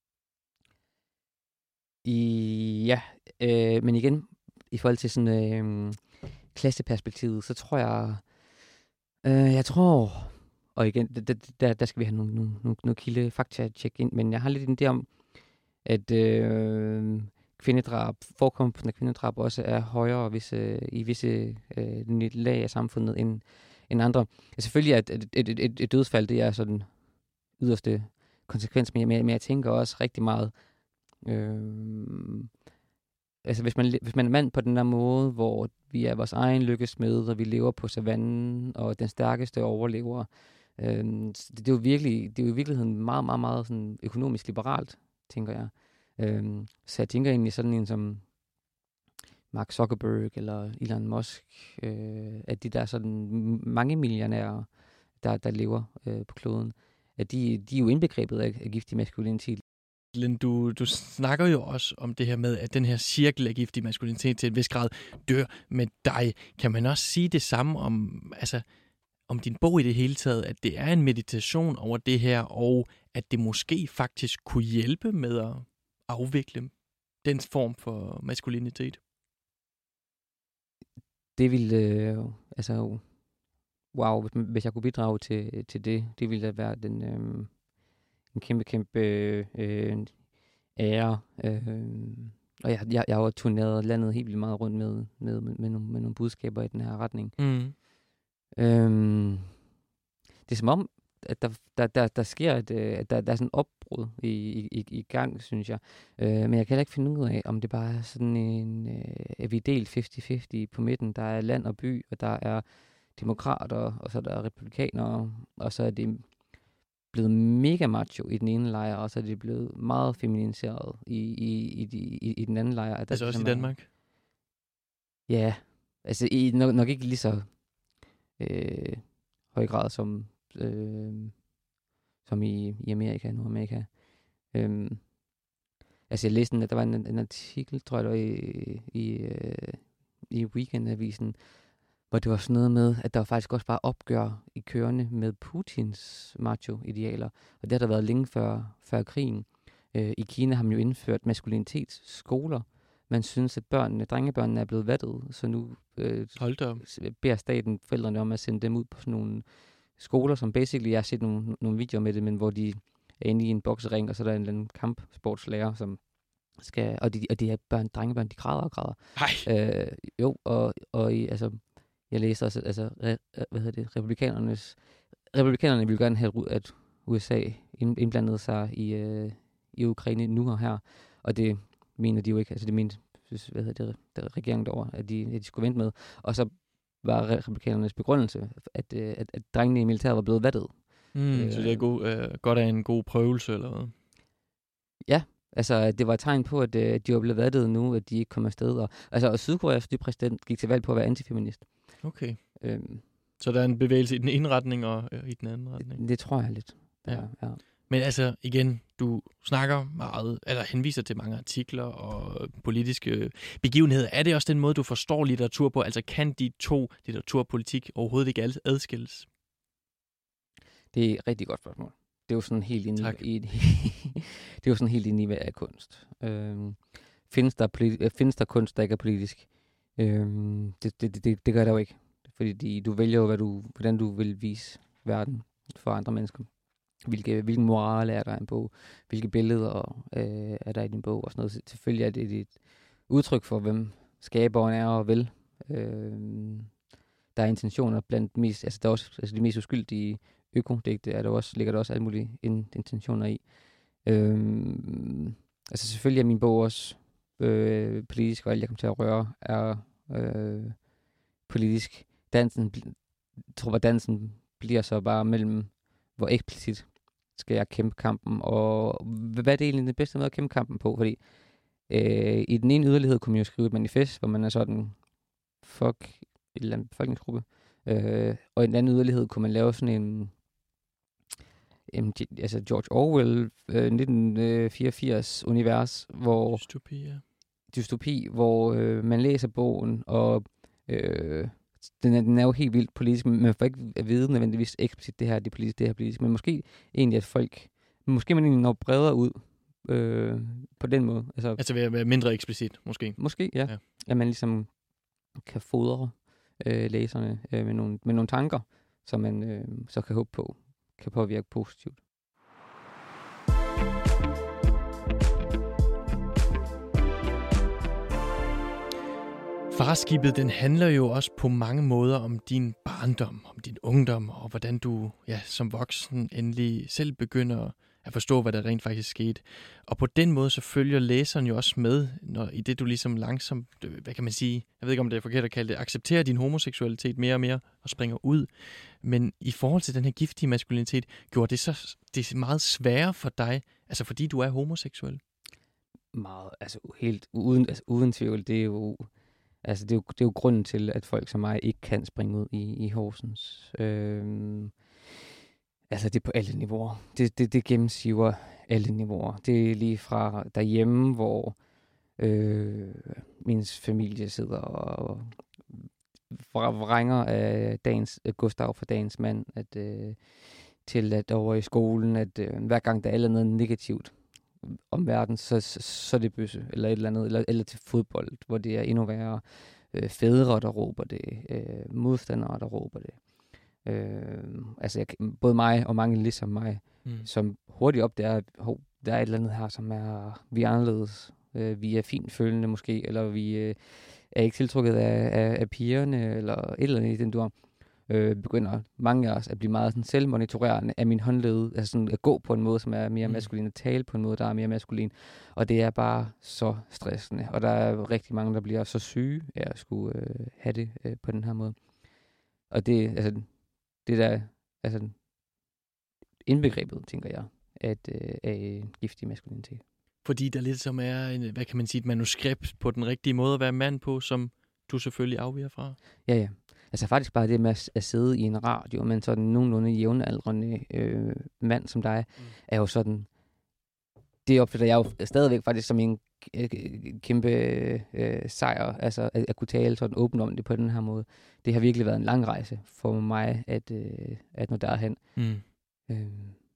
I, ja, øh, men igen, i forhold til sådan øh, klasseperspektivet, så tror jeg, øh, jeg tror, og igen, der, der skal vi have nogle, nogle, nogle, nogle kilde fakta-check ind, men jeg har lidt en idé om, at øh, kvindedrab, forekomsten af kvindedrab også er højere visse, i visse øh, lag af samfundet end, end andre. Ja, selvfølgelig er et, et, et, et, et dødsfald, det er sådan yderste konsekvens, men jeg, men jeg tænker også rigtig meget, øh, altså hvis man, hvis man er mand på den der måde, hvor vi er vores egen lykkesmed, og vi lever på savannen, og den stærkeste overlever, øh, det, det, er jo virkelig, det er jo i virkeligheden meget, meget, meget sådan økonomisk liberalt, tænker jeg. Øhm, så jeg tænker egentlig sådan en som Mark Zuckerberg eller Elon Musk, øh, at de der sådan mange millionærer, der, der lever øh, på kloden, at de, de er jo indbegrebet af, af giftig maskulinitet. Du, du snakker jo også om det her med, at den her cirkel af giftig maskulinitet til en vis grad dør med dig. Kan man også sige det samme om, altså, om din bog i det hele taget, at det er en meditation over det her, og at det måske faktisk kunne hjælpe med at afvikle den form for maskulinitet? Det ville, øh, altså, wow, hvis, hvis jeg kunne bidrage til, til det, det ville da være den, øh, en kæmpe, kæmpe øh, ære. Øh, og jeg, jeg, jeg har jo turneret landet helt vildt meget rundt med, med, med, med, nogle, med nogle budskaber i den her retning. Mm. Øh, det er som om, at der, der, der, der sker, et, at der, der er sådan en opbrud i, i, i gang, synes jeg. Øh, men jeg kan heller ikke finde ud af, om det bare er sådan en, øh, vi er delt halvtreds halvtreds på midten. Der er land og by, og der er demokrater, og så er der republikanere, og så er det blevet mega macho i den ene lejr, og så er det blevet meget feminiseret i, i, i, i, i den anden lejr. Altså der, også i Danmark? Ja, altså i, nok, nok ikke lige så øh, høj grad som Øh, som i, i Amerika, Nordamerika. Øhm, Altså, jeg læste, at der var en, en artikel, tror jeg, der var i, i, øh, i Weekendavisen, hvor det var sådan noget med, at der var faktisk også bare opgør i kørende med Putins macho-idealer. Og det har der været længe før, før krigen. Øh, I Kina har man jo indført maskulinitetsskoler. Man synes, at børnene, drengebørnene er blevet vattet, så nu øh, beder staten forældrene om at sende dem ud på sådan nogle skoler, som basically, jeg har set nogle, nogle videoer med det, men hvor de er inde i en boksering, og så er der en eller anden kampsportslærer, som skal, og de, og de her børn, drengebørn, de græder og græder. Nej. Øh, jo, og, og i, altså, jeg læste også, altså, re, hvad hedder det, republikanernes, republikanerne ville gerne have, at U S A indblandede sig i, øh, i Ukraine nu og her, og det mener de jo ikke, altså det mente, hvad hedder det, der regeringen derovre, at de, at de skulle vente med, og så var republikanernes begrundelse, at, at, at drengene i militæret var blevet vattet. Mm, øh, så det er god, øh, godt af en god prøvelse, eller hvad? Ja, altså det var et tegn på, at øh, de var blevet vattet nu, at de ikke kom afsted. Og, altså, og Sydkoreas præsident gik til valg på at være antifeminist. Okay. Øhm, så der er en bevægelse i den ene retning og øh, i den anden retning? Det, det tror jeg lidt. Ja. Ja, ja. Men altså, igen, du snakker meget, eller henviser til mange artikler og politiske begivenheder. Er det også den måde, du forstår litteratur på? Altså, kan de to, litteratur og politik, overhovedet ikke adskilles? Det er et rigtig godt spørgsmål. Det er jo sådan helt inde i, det er jo sådan helt inde i, hvad er kunst. Øhm, findes, der politi- findes der kunst, der ikke er politisk? Øhm, det, det, det, det gør der jo ikke. Fordi de, du vælger jo, hvad du, hvordan du vil vise verden for andre mennesker. Hvilke, hvilken moral er der i en bog? Hvilke billeder øh, er der i din bog? Og sådan noget. Selvfølgelig er det et udtryk for, hvem skaberen er og vil. Øh, der er intentioner blandt mest, altså der er også altså de mest uskyldige økodigte, er der også, ligger der også alle mulige in, intentioner i. Øh, altså selvfølgelig er min bog også øh, politisk, og alt jeg kommer til at røre er øh, politisk. Dansen, jeg tror, at dansen bliver så bare mellem, hvor eksplicit skal jeg kæmpe kampen, og hvad er det egentlig det bedste måde at kæmpe kampen på? Fordi øh, i den ene yderlighed kunne man jo skrive et manifest, hvor man er sådan, fuck et eller andet befolkningsgruppe, øh, og i den anden yderlighed kunne man lave sådan en, en altså George Orwell øh, nitten fireogfirs univers, hvor dystopi, ja. dystopi, hvor øh, man læser bogen, og øh, Den er, den er jo helt vildt politisk, men man får ikke at vide nødvendigvis eksplicit, det her det er politisk, det her er politisk. Men måske egentlig, at folk, måske man egentlig når bredere ud øh, på den måde. Altså, altså ved at være mindre eksplicit, måske? Måske, ja. ja. At man ligesom kan fodre øh, læserne øh, med, nogle, med nogle tanker, som man øh, så kan håbe på, kan påvirke positivt. Farskibet, den handler jo også på mange måder om din barndom, om din ungdom, og hvordan du ja, som voksen endelig selv begynder at forstå, hvad der rent faktisk skete. Og på den måde så følger læseren jo også med, når i det du ligesom langsomt, hvad kan man sige, jeg ved ikke om det er forkert at kalde det, accepterer din homoseksualitet mere og mere og springer ud. Men i forhold til den her giftige maskulinitet, gjorde det så det er meget sværere for dig, altså fordi du er homoseksuel? Meget, altså helt uden, altså, uden tvivl, det er jo... Altså, det er, jo, det er jo grunden til, at folk som mig ikke kan springe ud i, i Horsens. Øhm, altså, det er på alle niveauer. Det, det, det gennemsiver alle niveauer. Det er lige fra derhjemme, hvor øh, min familie sidder og vrænger af dagens, Gustav for dagens mand, at, øh, til at over i skolen, at øh, hver gang der er noget negativt om verden, så, så, så er det bøsse, eller et eller andet, eller, eller til fodbold, hvor det er endnu værre øh, fædre, der råber det, øh, modstandere, der råber det. Øh, altså, jeg, både mig og mange ligesom mig, mm. som hurtigt opdager, at hov, der er et eller andet her, som er, vi er anderledes, øh, vi er fint følende måske, eller vi øh, er ikke tiltrukket af, af, af pigerne, eller et eller andet i den dur. Øh, begynder mange af os at blive meget sådan selvmonitorerende af min håndled, altså sådan at gå på en måde, som er mere maskulin, at tale på en måde, der er mere maskulin, og det er bare så stressende, og der er rigtig mange, der bliver så syge af at skulle øh, have det øh, på den her måde. Og det, altså, det der, altså, indbegrebet, tænker jeg, at øh, af giftig maskulinitet. Fordi der lidt som er, en, hvad kan man sige, et manuskript på den rigtige måde at være mand på, som du selvfølgelig afviger fra? Ja, ja. Altså faktisk bare det med at, at sidde i en radio, men sådan nogenlunde jævnaldrende øh, mand som dig, mm. er jo sådan det opfatter jeg jo stadigvæk faktisk som en øh, kæmpe øh, sejr, altså at, at kunne tale sådan åbent om det på den her måde. Det har virkelig været en lang rejse for mig, at, øh, at nå derhen. Mm. Øh,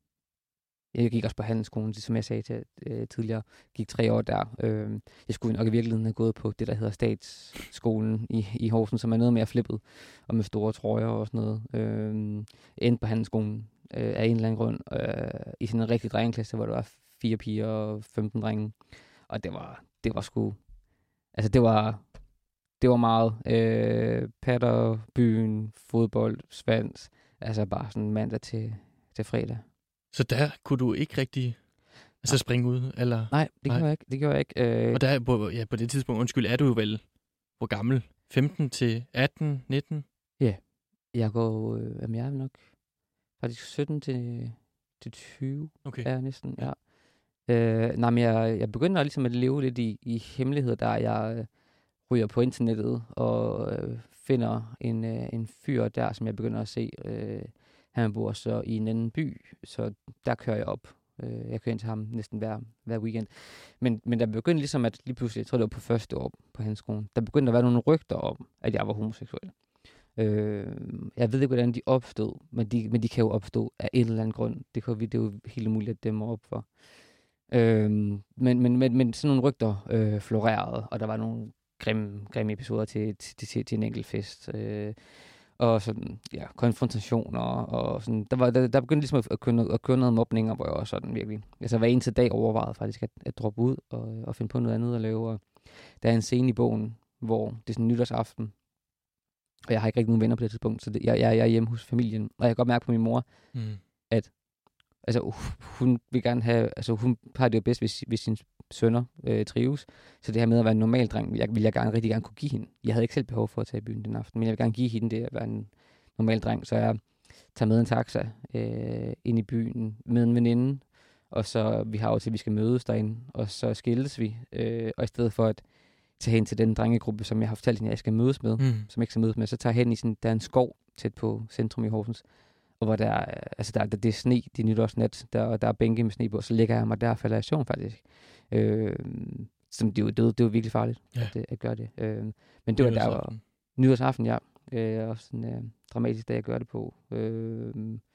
jeg gik også på handelsskolen, som jeg sagde til øh, tidligere, gik tre år der. Øh, jeg skulle nok i virkeligheden have gået på det, der hedder Statsskolen i, i Horsens, som er noget mere flippet, og med store trøjer og sådan noget. Øh, endte på handelsskolen øh, af en eller anden grund, øh, i sådan en rigtig drengeklasse, hvor der var fire piger og femten drenge. Og det var, det var sgu, altså det var, det var meget øh, patter, byen, fodbold, svans, altså bare sådan mandag til, til fredag. Så der kunne du ikke rigtig altså springe ud? Eller? Nej, det gjorde jeg ikke. Det gjorde jeg ikke. Øh... Og der, på, ja, på det tidspunkt, undskyld, er du jo vel, hvor gammel? femten til atten, nitten? Ja, jeg går, øh, jamen jeg er nok faktisk sytten til tyve, okay. er jeg næsten, ja. Øh, nej, men jeg, jeg begynder ligesom at leve lidt i, i hemmelighed, der jeg øh, ryger på internettet og øh, finder en, øh, en fyr der, som jeg begynder at se. Øh, han bor så i en anden by, så der kører jeg op. Øh, jeg kører ind til ham næsten hver, hver weekend. Men, men der begyndte ligesom at lige pludselig, jeg tror det var på første år på hans skole, der begyndte at være nogle rygter om, at jeg var homoseksuel. Øh, jeg ved ikke, hvordan de opstod, men de, men de kan jo opstå af en eller anden grund. Det, kan vi, det er jo helt muligt at dæmme op for. Øh, men, men, men, men sådan nogle rygter øh, florerede, og der var nogle grimme, grimme episoder til, til, til, til en enkelt fest. Øh, og sådan, ja, konfrontationer, og sådan, der, var, der, der begyndte ligesom at køre, at køre noget mobninger, hvor jeg også sådan virkelig, altså hver eneste dag overvejede faktisk at, at droppe ud, og, og finde på noget andet at lave, og der er en scene i bogen, hvor det er sådan en nytårsaften, og jeg har ikke rigtig nogen venner på det tidspunkt, så det, jeg, jeg, jeg er hjemme hos familien, og jeg kan godt mærke på min mor, mm. at altså, uh, hun vil gerne have, altså hun har det jo bedst, hvis, hvis sine sønner øh, trives. Så det her med at være en normal dreng, jeg, vil jeg gerne, rigtig gerne kunne give hende. Jeg havde ikke selv behov for at tage i byen den aften, men jeg vil gerne give hende det at være en normal dreng. Så jeg tager med en taxa øh, ind i byen med en veninde, og så vi har jo til, at vi skal mødes derinde, og så skildes vi. Øh, og i stedet for at tage hen til den drengegruppe, som jeg har fortalt hende, at jeg skal mødes med, mm. som jeg ikke skal mødes med, så tager jeg hen i sådan, der er en skov tæt på centrum i Horsens, og hvor der, altså der, der det er sne, det er nytårsnat, der, der er bænke med sne på, så ligger jeg mig der og falder i søvn faktisk. Øh, som det, det, det var virkelig farligt ja. at, at gøre det. Øh, men det var der var nytårsaften, ja. Øh, også sådan øh, dramatisk, da jeg gør det på. Øh,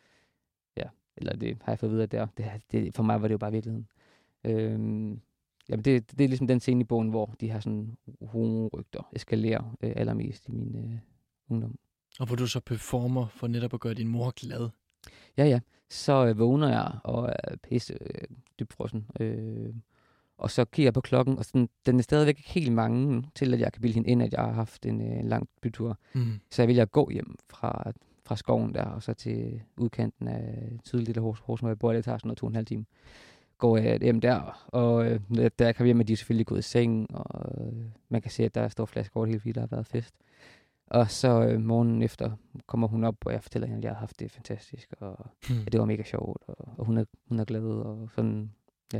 ja, eller det har jeg fået videre der. Det, det, for mig var det jo bare virkeligheden. Øh, jamen det, det er ligesom den scene i bogen, hvor de her sådan homo-rygter eskalerer øh, allermest i min øh, ungdom. Og hvor du så performer for netop at gøre din mor glad. Ja, ja. Så øh, vågner jeg og er pisse øh, dybfrossen. Øh, og så kigger jeg på klokken, og sådan, den er stadigvæk ikke helt mange til, at jeg kan bilde hende ind, at jeg har haft en øh, lang bytur. Mm. Så jeg vælger at gå hjem fra, fra skoven der, og så til udkanten af tydeligt Hors, Hors, hvor jeg bor, det tager sådan noget to og en halv time. Går jeg hjem der, og øh, der kan vi hjem, at de er selvfølgelig gået i seng, og øh, man kan se, at der står flasker over det hele, fordi der har været fest. Og så øh, morgenen efter kommer hun op, og jeg fortæller hende, at jeg har haft det fantastisk, og hmm. at det var mega sjovt, og, og hun, er, hun er glad, og sådan, ja.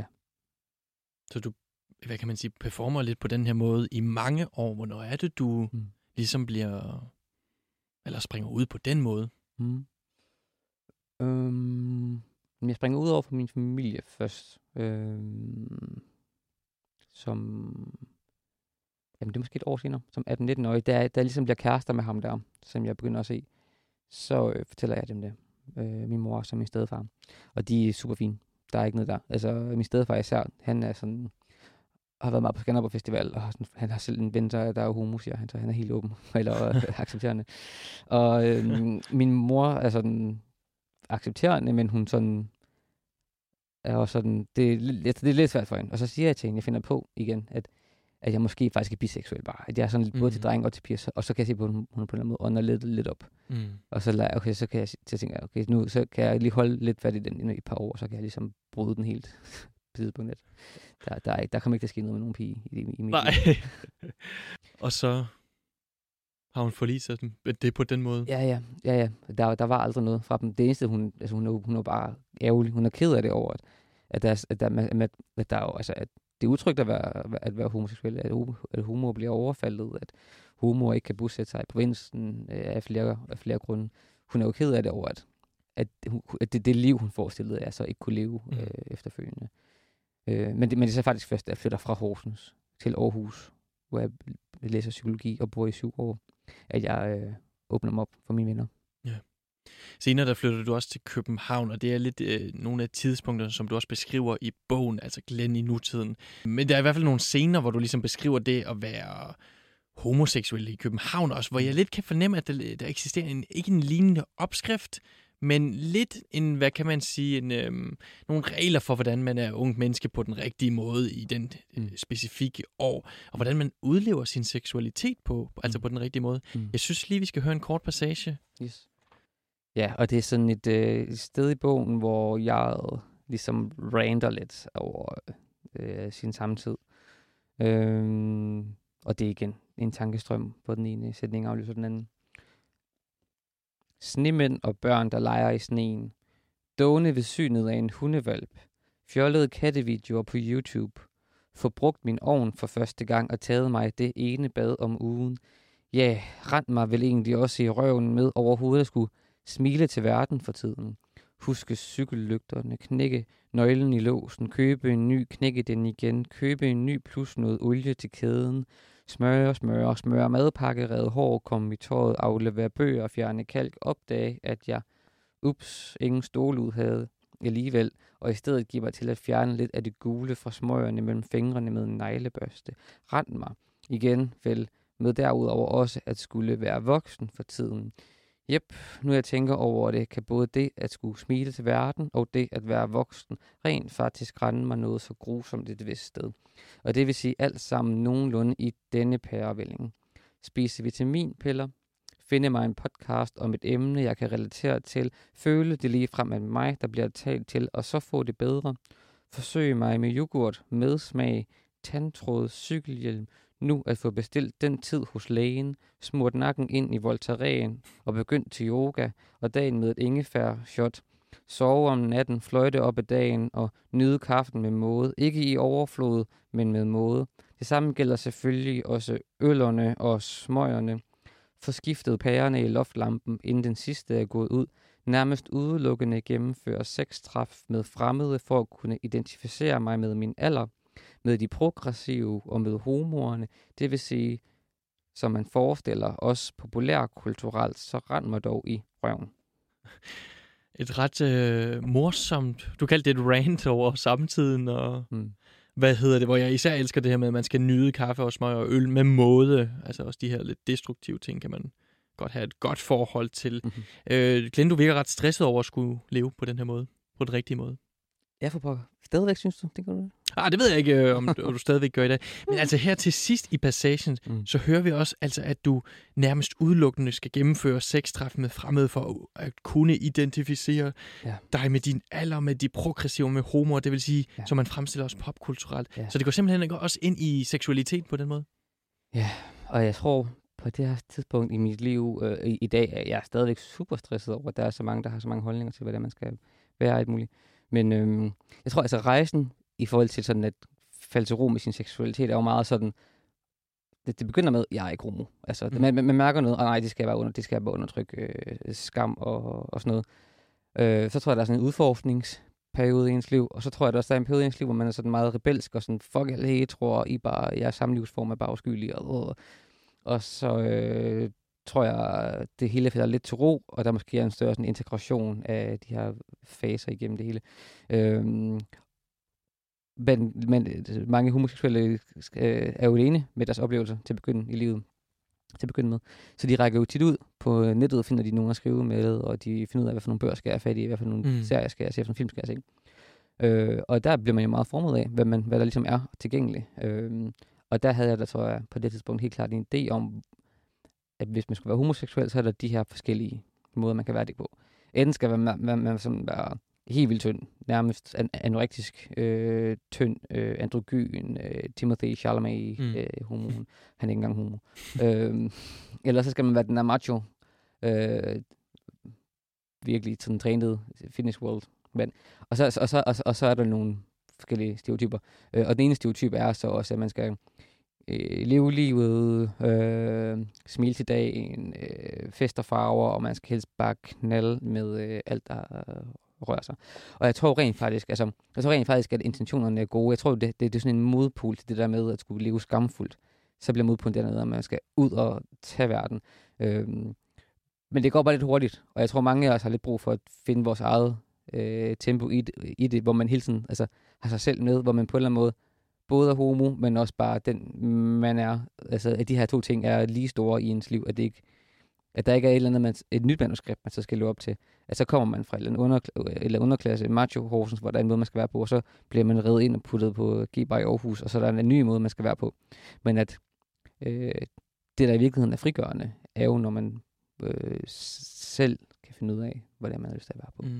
Så du, hvad kan man sige, performer lidt på den her måde i mange år. Hvornår er det, du hmm. ligesom bliver, eller springer ud på den måde? Hmm. Øhm, jeg springer ud over for min familie først, øhm, som... Jamen, det er måske et år senere, som atten-nitten-årig, der, der ligesom bliver kærester med ham der, som jeg begynder at se, så øh, fortæller jeg dem det. Øh, min mor som min stedfar. Og de er super fine. Der er ikke noget der. Altså, min stedfar især, han er sådan, har været meget på Skanderborg Festival, og har sådan, han har selv en ven, der, der er homo, siger han, så han er helt åben, eller øh, accepterende. Og øh, min mor er sådan accepterende, men hun sådan, er også sådan, det er, det er lidt svært for hende. Og så siger jeg til hende, jeg finder på igen, at at jeg måske faktisk er biseksuel bare. At jeg er sådan lidt både mm. til dreng og til piger, og så kan jeg se på, at hun, hun på en eller anden måde ånder lidt, lidt op. Mm. Og så, lader, okay, så kan jeg til at tænke, okay, nu så kan jeg lige holde lidt fat i den i et par år, og så kan jeg ligesom bryde den helt på tidspunkt. Der, der, er, der kommer ikke til at ske noget med nogen pige i, i, i mit Nej. Og så har hun forliset dem. Det er på den måde? Ja, ja. ja, ja. Der, der var aldrig noget fra dem. Det eneste, hun, altså hun, er, hun er bare ærgerlig. Hun er ked af det over, at, at, der, at, der, at, at der altså, at det er utrygt at være, at være homoseksuel, at, at homo bliver overfaldet, at homo ikke kan bosætte sig i provinsen af flere, af flere grunde. Hun er jo ked af det over, at, at, at det, det liv, hun forestillede, er så ikke kunne leve mm. øh, efterfølgende. Øh, men, det, men det er så faktisk først, at jeg flytter fra Horsens til Aarhus, hvor jeg læser psykologi og bor i syv år, at jeg øh, åbner mig op for mine venner. Ja. Senere der flytter du også til København, og det er lidt øh, nogle af tidspunkterne, som du også beskriver i bogen, altså Glenn i nutiden. Men der er i hvert fald nogle scener, hvor du ligesom beskriver det at være homoseksuel i København også, hvor jeg lidt kan fornemme, at der, der eksisterer en, ikke en lignende opskrift, men lidt en, hvad kan man sige, en, øhm, nogle regler for, hvordan man er ung menneske på den rigtige måde i den øh, specifikke år, og hvordan man udlever sin seksualitet på, altså på den rigtige måde. Mm. Jeg synes lige, vi skal høre en kort passage. Yes. Ja, og det er sådan et, øh, et sted i bogen, hvor jeg ligesom ranter lidt over øh, sin samtid. Øhm, og det er igen en tankestrøm på den ene sætning afløser den anden. Snemænd og børn, der leger i sneen. Dåne ved synet af en hundevalp. Fjollede kattevideoer på YouTube. Forbrugt min ovn for første gang og taget mig det ene bad om ugen. Ja, rent mig vel egentlig også i røven med overhovedet at skulle smile til verden for tiden. Huske cykellygterne, knække nøglen i låsen, købe en ny, knække den igen, købe en ny plus noget olie til kæden, smøre, smøre, smøre madpakke, redde hår, komme i tøjet, aflevere bøger, fjerne kalk, opdage, at jeg, ups, ingen stålud havde alligevel, og i stedet give mig til at fjerne lidt af det gule fra smøgerne mellem fingrene med en neglebørste. Rent mig igen, vel, med derudover også at skulle være voksen for tiden. Jep, nu jeg tænker over det, kan både det at skulle smile til verden og det at være voksen rent faktisk rende mig noget så grusomt et vist sted. Og det vil sige alt sammen nogenlunde i denne pærevælling. Spise vitaminpiller, finde mig en podcast om et emne, jeg kan relatere til, føle det lige frem med mig, der bliver talt til, og så få det bedre. Forsøge mig med yoghurt, med smag, tandtråd, cykelhjelm, nu at få bestilt den tid hos lægen, smurt nakken ind i Voltaren og begyndt til yoga, og dagen med et ingefær-shot, sove om natten, fløjte op ad dagen og nyde kaffen med måde, ikke i overflod, men med måde. Det samme gælder selvfølgelig også øllerne og smøgerne. Få skiftet pærerne i loftlampen, inden den sidste er gået ud, nærmest udelukkende gennemføre sextræf med fremmede for at kunne identificere mig med min alder, med de progressive og med homoerne, det vil sige, som man forestiller os populærkulturelt, så rend mig dog i røven. Et ret øh, morsomt, du kaldte det et rant over samtiden, og mm. hvad hedder det, hvor jeg især elsker det her med, at man skal nyde kaffe og smøg og øl med måde, altså også de her lidt destruktive ting, kan man godt have et godt forhold til. Mm-hmm. Øh, Glenn, du virker ret stresset over at skulle leve på den her måde, på den rigtige måde. Ja, for pokker. Stadigvæk, synes du? Det gør du? Ah, det ved jeg ikke, om du stadigvæk gør i dag. Men altså her til sidst i passagen, mm. så hører vi også, altså, at du nærmest udelukkende skal gennemføre sextræf med fremmede for at kunne identificere ja. dig med din alder, med de progressive, med homoer, det vil sige, ja. som man fremstiller os popkulturelt. Ja. Så det går simpelthen også ind i seksualitet på den måde? Ja, og jeg tror på det her tidspunkt i mit liv øh, i, i dag, at jeg er stadigvæk super stresset over, at der er så mange, der har så mange holdninger til, hvordan man skal være alt muligt. Men øhm, jeg tror altså, rejsen i forhold til sådan at falde til ro med sin seksualitet er jo meget sådan, det, det begynder med, at jeg er ikke homo. Altså, mm. man, man mærker noget, og nej, det skal være under, det skal være undertryk, øh, skam og, og sådan noget. Øh, så tror jeg, der er sådan en udforskningsperiode i ens liv, og så tror jeg, der også er en periode i ens liv, hvor man er sådan meget rebelsk og sådan, fuck alle heteroer, I bare, jeres samlivsform er bare afskyelig, og, og, og så øh, tror jeg, det hele falder lidt til ro, og der måske er en større sådan, integration af de her faser igennem det hele. Øhm, men, men mange homoseksuelle øh, er jo alene med deres oplevelser til at begynde i livet. Til at begynde med. Så de rækker jo tit ud på nettet, finder de nogen at skrive med, og de finder ud af, hvad for nogle bøger skal jeg fat i, hvad for nogle mm. serier skal jeg se, hvad for nogle film skal jeg se. Øh, og der bliver man jo meget formet af, hvad, man, hvad der ligesom er tilgængeligt. Øh, og der havde jeg da, tror jeg, på det tidspunkt helt klart en idé om, at hvis man skulle være homoseksuel, så er der de her forskellige måder, man kan være det på. Enten skal man, man, man, man sådan være helt vildt tynd, nærmest an- anorektisk, øh, tynd, øh, androgyn, øh, Timothy Chalamet, mm. øh, homoen. Han er ikke engang homo. øh, eller så skal man være den der macho, øh, virkelig sådan trænet fitness world. Men, og, så, og, så, og, så, og så er der nogle forskellige stereotyper. Øh, og den ene stereotyp er så også, at man skal øh, leve livet, øh, smile til dagen, øh, fest og farver, og man skal helst bare knalde med øh, alt, der røre sig. Og jeg tror rent faktisk, altså, jeg tror rent faktisk, at intentionerne er gode. Jeg tror, det, det, det er sådan en modpol til det der med at skulle leve skamfuldt. Så bliver modpolen dernede, at man skal ud og tage verden. Øhm, men det går bare lidt hurtigt, og jeg tror, mange af os har lidt brug for at finde vores eget øh, tempo i det, i det, hvor man hele tiden altså, har sig selv med, hvor man på en eller anden måde både er homo, men også bare den, man er. Altså, at de her to ting er lige store i ens liv, at det ikke at der ikke er et eller andet, man, et nyt manuskript, man så skal leve op til. At så kommer man fra en under, eller underklasse, macho-horsens, hvor der er en måde, man skal være på, og så bliver man reddet ind og puttet på G-bar i Aarhus, og så er der en ny måde, man skal være på. Men at øh, det, der i virkeligheden er frigørende, er jo, når man øh, selv kan finde ud af, hvordan man har lyst til at være på. Mm.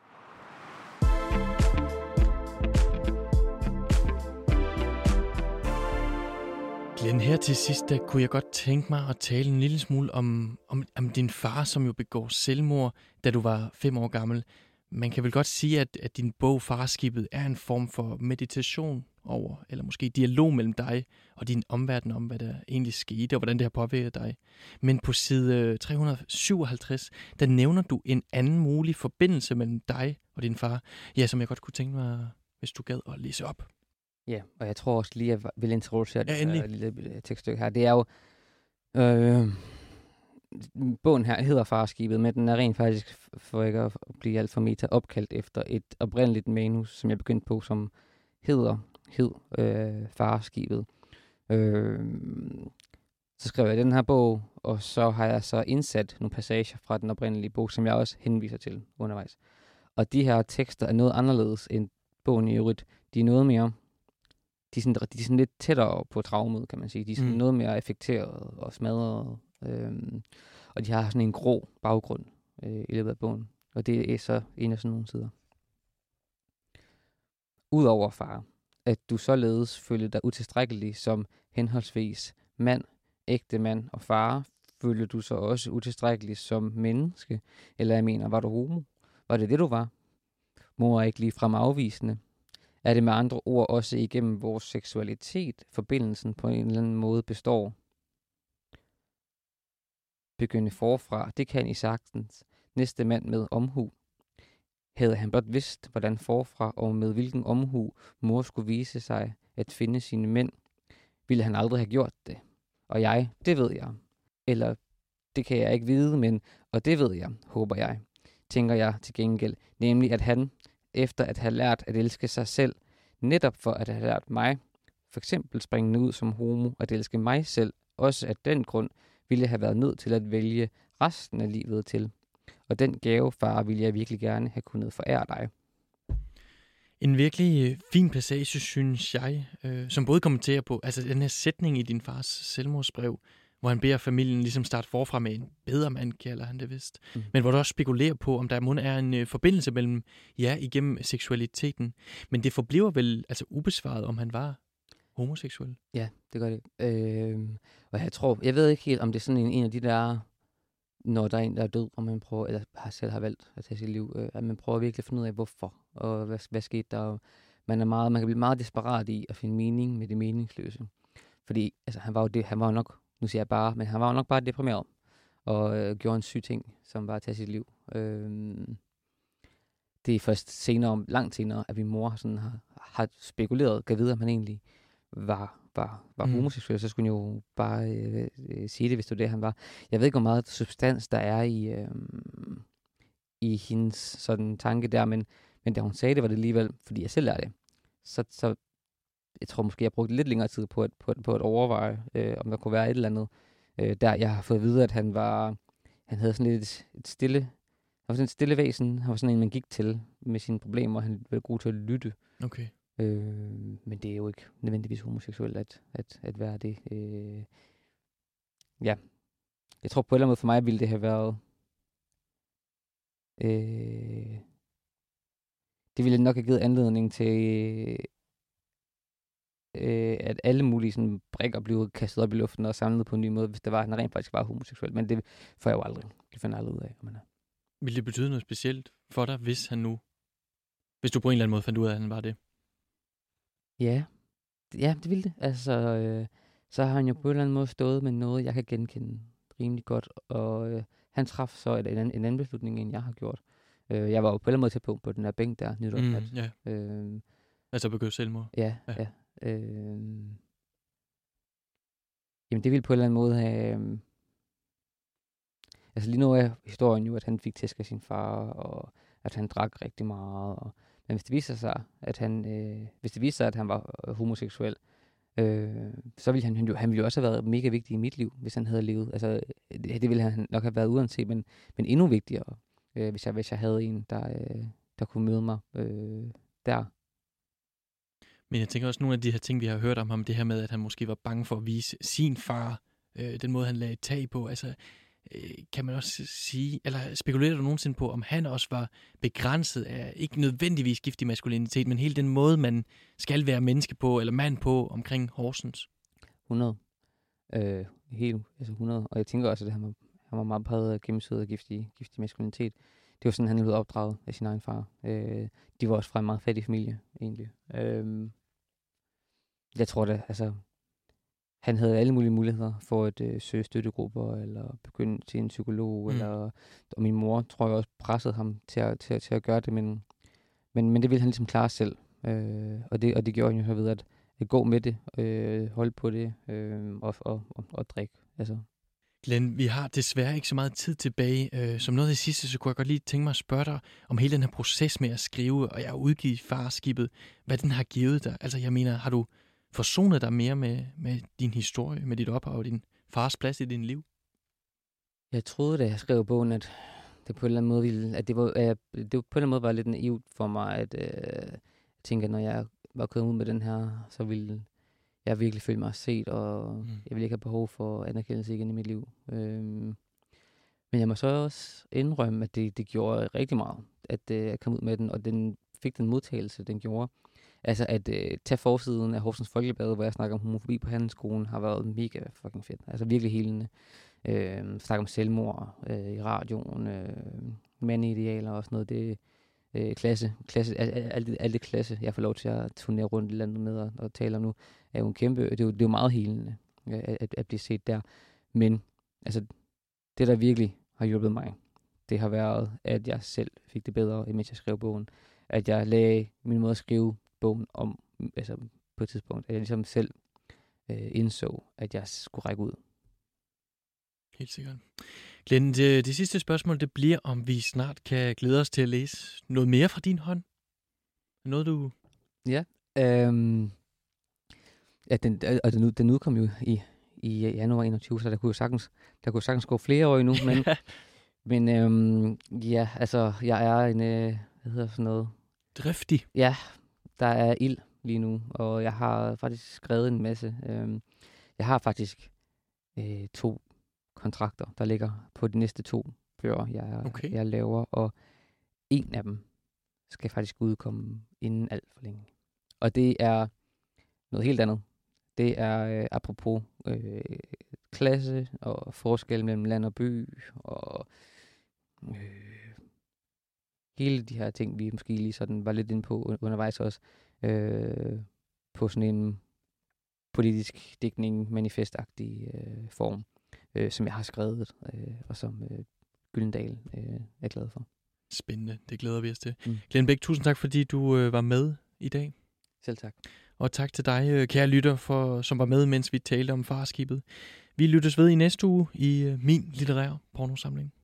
Glenn, her til sidst, der kunne jeg godt tænke mig at tale en lille smule om, om, om din far, som jo begår selvmord, da du var fem år gammel. Man kan vel godt sige, at, at din bog Farskibet er en form for meditation over, eller måske dialog mellem dig og din omverden om, hvad der egentlig skete, og hvordan det har påvirket dig. Men på side tre hundrede syvoghalvtreds, der nævner du en anden mulig forbindelse mellem dig og din far, ja, som jeg godt kunne tænke mig, hvis du gad at læse op. Ja, og jeg tror også lige, at jeg vil introducere ja, det uh, lille tekststykke her. Det er jo... Øh, bogen her hedder Farskibet, men den er rent faktisk, for ikke at blive alt for meta, opkaldt efter et oprindeligt manus, som jeg begyndte på, som hedder hed, øh, Farskibet. Øh, så skrev jeg den her bog, og så har jeg så indsat nogle passager fra den oprindelige bog, som jeg også henviser til undervejs. Og de her tekster er noget anderledes end bogen i øvrigt. De er noget mere... De er, sådan, de er sådan lidt tættere på traumet, kan man sige. De er sådan mm. noget mere affekteret og smadret. Øhm, og de har sådan en grå baggrund øh, i løbet af bogen. Og det er så en af sådan nogle sider. Udover far, at du således følte dig utilstrækkelig som henholdsvis mand, ægte mand og far, følte du så også utilstrækkelig som menneske? Eller jeg mener, var du homo? Var det det, du var? Mor er ikke ligefrem afvisende. Er det med andre ord også igennem vores seksualitet, forbindelsen på en eller anden måde består? Begynde forfra, det kan I sagtens. Næste mand med omhu. Havde han blot vidst, hvordan forfra og med hvilken omhu mor skulle vise sig at finde sine mænd, ville han aldrig have gjort det. Og jeg, det ved jeg. Eller, det kan jeg ikke vide, men, og det ved jeg, håber jeg, tænker jeg til gengæld. Nemlig, at han, efter at have lært at elske sig selv, netop for at have lært mig, for eksempel springende ud som homo, at elske mig selv, også af den grund, ville jeg have været nødt til at vælge resten af livet til. Og den gave, far, ville jeg virkelig gerne have kunnet forære dig. En virkelig fin passage, synes jeg, øh, som både kommenterer på altså den her sætning i din fars selvmordsbrev, hvor han beder familien ligesom starte forfra med en bedre mand, kalder han det vist. Mm. Men hvor du også spekulerer på, om der måske er en øh, forbindelse mellem jer igennem seksualiteten. Men det forbliver vel altså ubesvaret, om han var homoseksuel. Ja, det gør det. Øh, og jeg tror, jeg ved ikke helt, om det er sådan en, en af de der, når der er en, der er død, og man prøver, eller har selv har valgt at tage sit liv, øh, at man prøver virkelig at finde ud af, hvorfor, og hvad, hvad skete der. Man, er meget, man kan blive meget desperat i at finde mening med det meningsløse. Fordi altså, han var jo det, han var jo nok, nu siger jeg bare, men han var jo nok bare deprimeret, og øh, gjorde en syg ting, som var at tage sit liv. Øh, det er først senere, langt senere, at min mor sådan har, har spekuleret, kan vide, om han egentlig var, var, var mm. homoseksuel, så skulle hun jo bare øh, øh, sige det, hvis det var det, han var. Jeg ved ikke, hvor meget substans der er i, øh, i hendes sådan tanke der, men, men da hun sagde det, var det alligevel, fordi jeg selv er det. Så, så jeg tror måske, jeg brugte lidt længere tid på at, på, på at overveje, øh, om der kunne være et eller andet. Øh, der jeg har fået at vide, at han var, han havde sådan lidt et, et stille, han var sådan et stille væsen, han var sådan en, man gik til med sine problemer, og han var god til at lytte. Okay. Øh, men det er jo ikke nødvendigvis homoseksuelt at, at, at være det. Øh, ja. Jeg tror på en eller anden måde for mig ville det have været... Øh, det ville nok have givet anledning til, øh, at alle mulige sådan, brikker blev kastet op i luften og samlet på en ny måde, hvis det var, at han rent faktisk var homoseksuel. Men det får jeg jo aldrig. Det finder jeg aldrig ud af, om han er. Vil det betyde noget specielt for dig, hvis han nu... Hvis du på en eller anden måde fandt ud af, at han var det? Ja, ja, det ville det. Altså, øh, så har han jo på en eller anden måde stået med noget, jeg kan genkende rimelig godt, og øh, han traf så en, en, en anden beslutning, end jeg har gjort. Øh, jeg var jo på en eller anden måde tæt på, på den der bænk der, nytårsnat. Mm, ja. Øh, Altså begået selvmord. ja, Ja. ja. ja. Øh, jamen det ville på en eller anden måde have... Øh, altså lige nu er historien jo, at han fik tæsk af sin far, og at han drak rigtig meget. Og, men hvis det viser sig, at han, øh, hvis det viser sig, at han var øh, homoseksuel, øh, så ville han, han, jo, han ville jo også have været mega vigtig i mit liv, hvis han havde levet. Altså det, det ville han nok have været uanset, men, men endnu vigtigere, øh, hvis, jeg, hvis jeg havde en, der, øh, der kunne møde mig øh, der. Men jeg tænker også, nogle af de her ting, vi har hørt om ham, det her med, at han måske var bange for at vise sin far, øh, den måde, han lagde tag på, altså øh, kan man også sige, eller spekulerer du nogensinde på, om han også var begrænset af, ikke nødvendigvis giftig maskulinitet, men hele den måde, man skal være menneske på, eller mand på, omkring Horsens? hundrede. Øh, helt, altså hundrede. Og jeg tænker også, at han var, han var meget præget af gennemsyret af giftig, giftig maskulinitet. Det var sådan, han blev opdraget af sin egen far. Øh, de var også fra en meget fattig familie, egentlig. Øh, jeg tror da, altså, han havde alle mulige muligheder for at øh, søge støttegrupper, eller begynde til en psykolog, mm. eller, og min mor, tror jeg også, pressede ham til at, til, til at gøre det, men, men, men det ville han ligesom klare selv. Øh, og, det, og det gjorde han jo så ved at, at gå med det, øh, holde på det, øh, og, og, og, og drikke. Altså. Glenn, vi har desværre ikke så meget tid tilbage. Øh, som noget af det sidste, så kunne jeg godt lige tænke mig at spørge dig om hele den her proces med at skrive, og jeg har udgivet Farskibet, hvad den har givet dig. Altså jeg mener, har du forsonet dig mere med, med din historie, med dit ophav og din fars plads i din liv? Jeg troede, da jeg skrev bogen, at det på en eller anden måde ville, at det var, at det på en eller anden måde var lidt naivt for mig, at øh, jeg tænker, at når jeg var kommet ud med den her, så ville jeg virkelig føle mig set, og mm. jeg ville ikke have behov for anerkendelse igen i mit liv. Øhm, men jeg må så også indrømme, at det, det gjorde rigtig meget, at øh, jeg kom ud med den, og den fik den modtagelse, den gjorde. Altså at øh, tage forsiden af Horsens Folkeblad, hvor jeg snakker om homofobi på handelsskolen, har været mega fucking fedt. Altså virkelig helende. Øh, snakke om selvmord øh, i radioen, øh, mandeidealer og sådan noget. Det øh, klasse, klasse alt, det, alt det klasse, jeg får lov til at turnere rundt i landet med og, og tale om nu, er jo en kæmpe, det er jo, det er jo meget helende øh, at, at blive set der. Men altså, det der virkelig har hjulpet mig, det har været, at jeg selv fik det bedre, imens jeg skrev bogen. At jeg lagde min måde at skrive bogen om, altså på et tidspunkt, at jeg ligesom selv øh, indså, at jeg skulle række ud. Helt sikkert. Glenn, det, det sidste spørgsmål, det bliver, om vi snart kan glæde os til at læse noget mere fra din hånd. Noget du... Ja, øhm, ja den, og den, den udkom jo i, i januar enogtyve, så der kunne jo sagtens, der kunne sagtens gå flere år endnu, men, men øhm, ja, altså, jeg er en, øh, hvad hedder sådan noget? Driftig. Ja, der er ild lige nu, og jeg har faktisk skrevet en masse. Øhm, jeg har faktisk øh, to kontrakter, der ligger på de næste to bøger, jeg, okay. jeg laver, og en af dem skal faktisk udkomme inden alt for længe. Og det er noget helt andet. Det er øh, apropos øh, klasse og forskel mellem land og by, og øh, hele de her ting, vi måske lige sådan var lidt inde på undervejs også, øh, på sådan en politisk digtning, manifestagtig øh, form, øh, som jeg har skrevet, øh, og som øh, Gyldendal øh, er glad for. Spændende, det glæder vi os til. Mm. Glenn Bæk, tusind tak, fordi du øh, var med i dag. Selv tak. Og tak til dig, kære lytter, for, som var med, mens vi talte om Farskibet. Vi lyttes ved i næste uge i øh, min litterære pornosamling.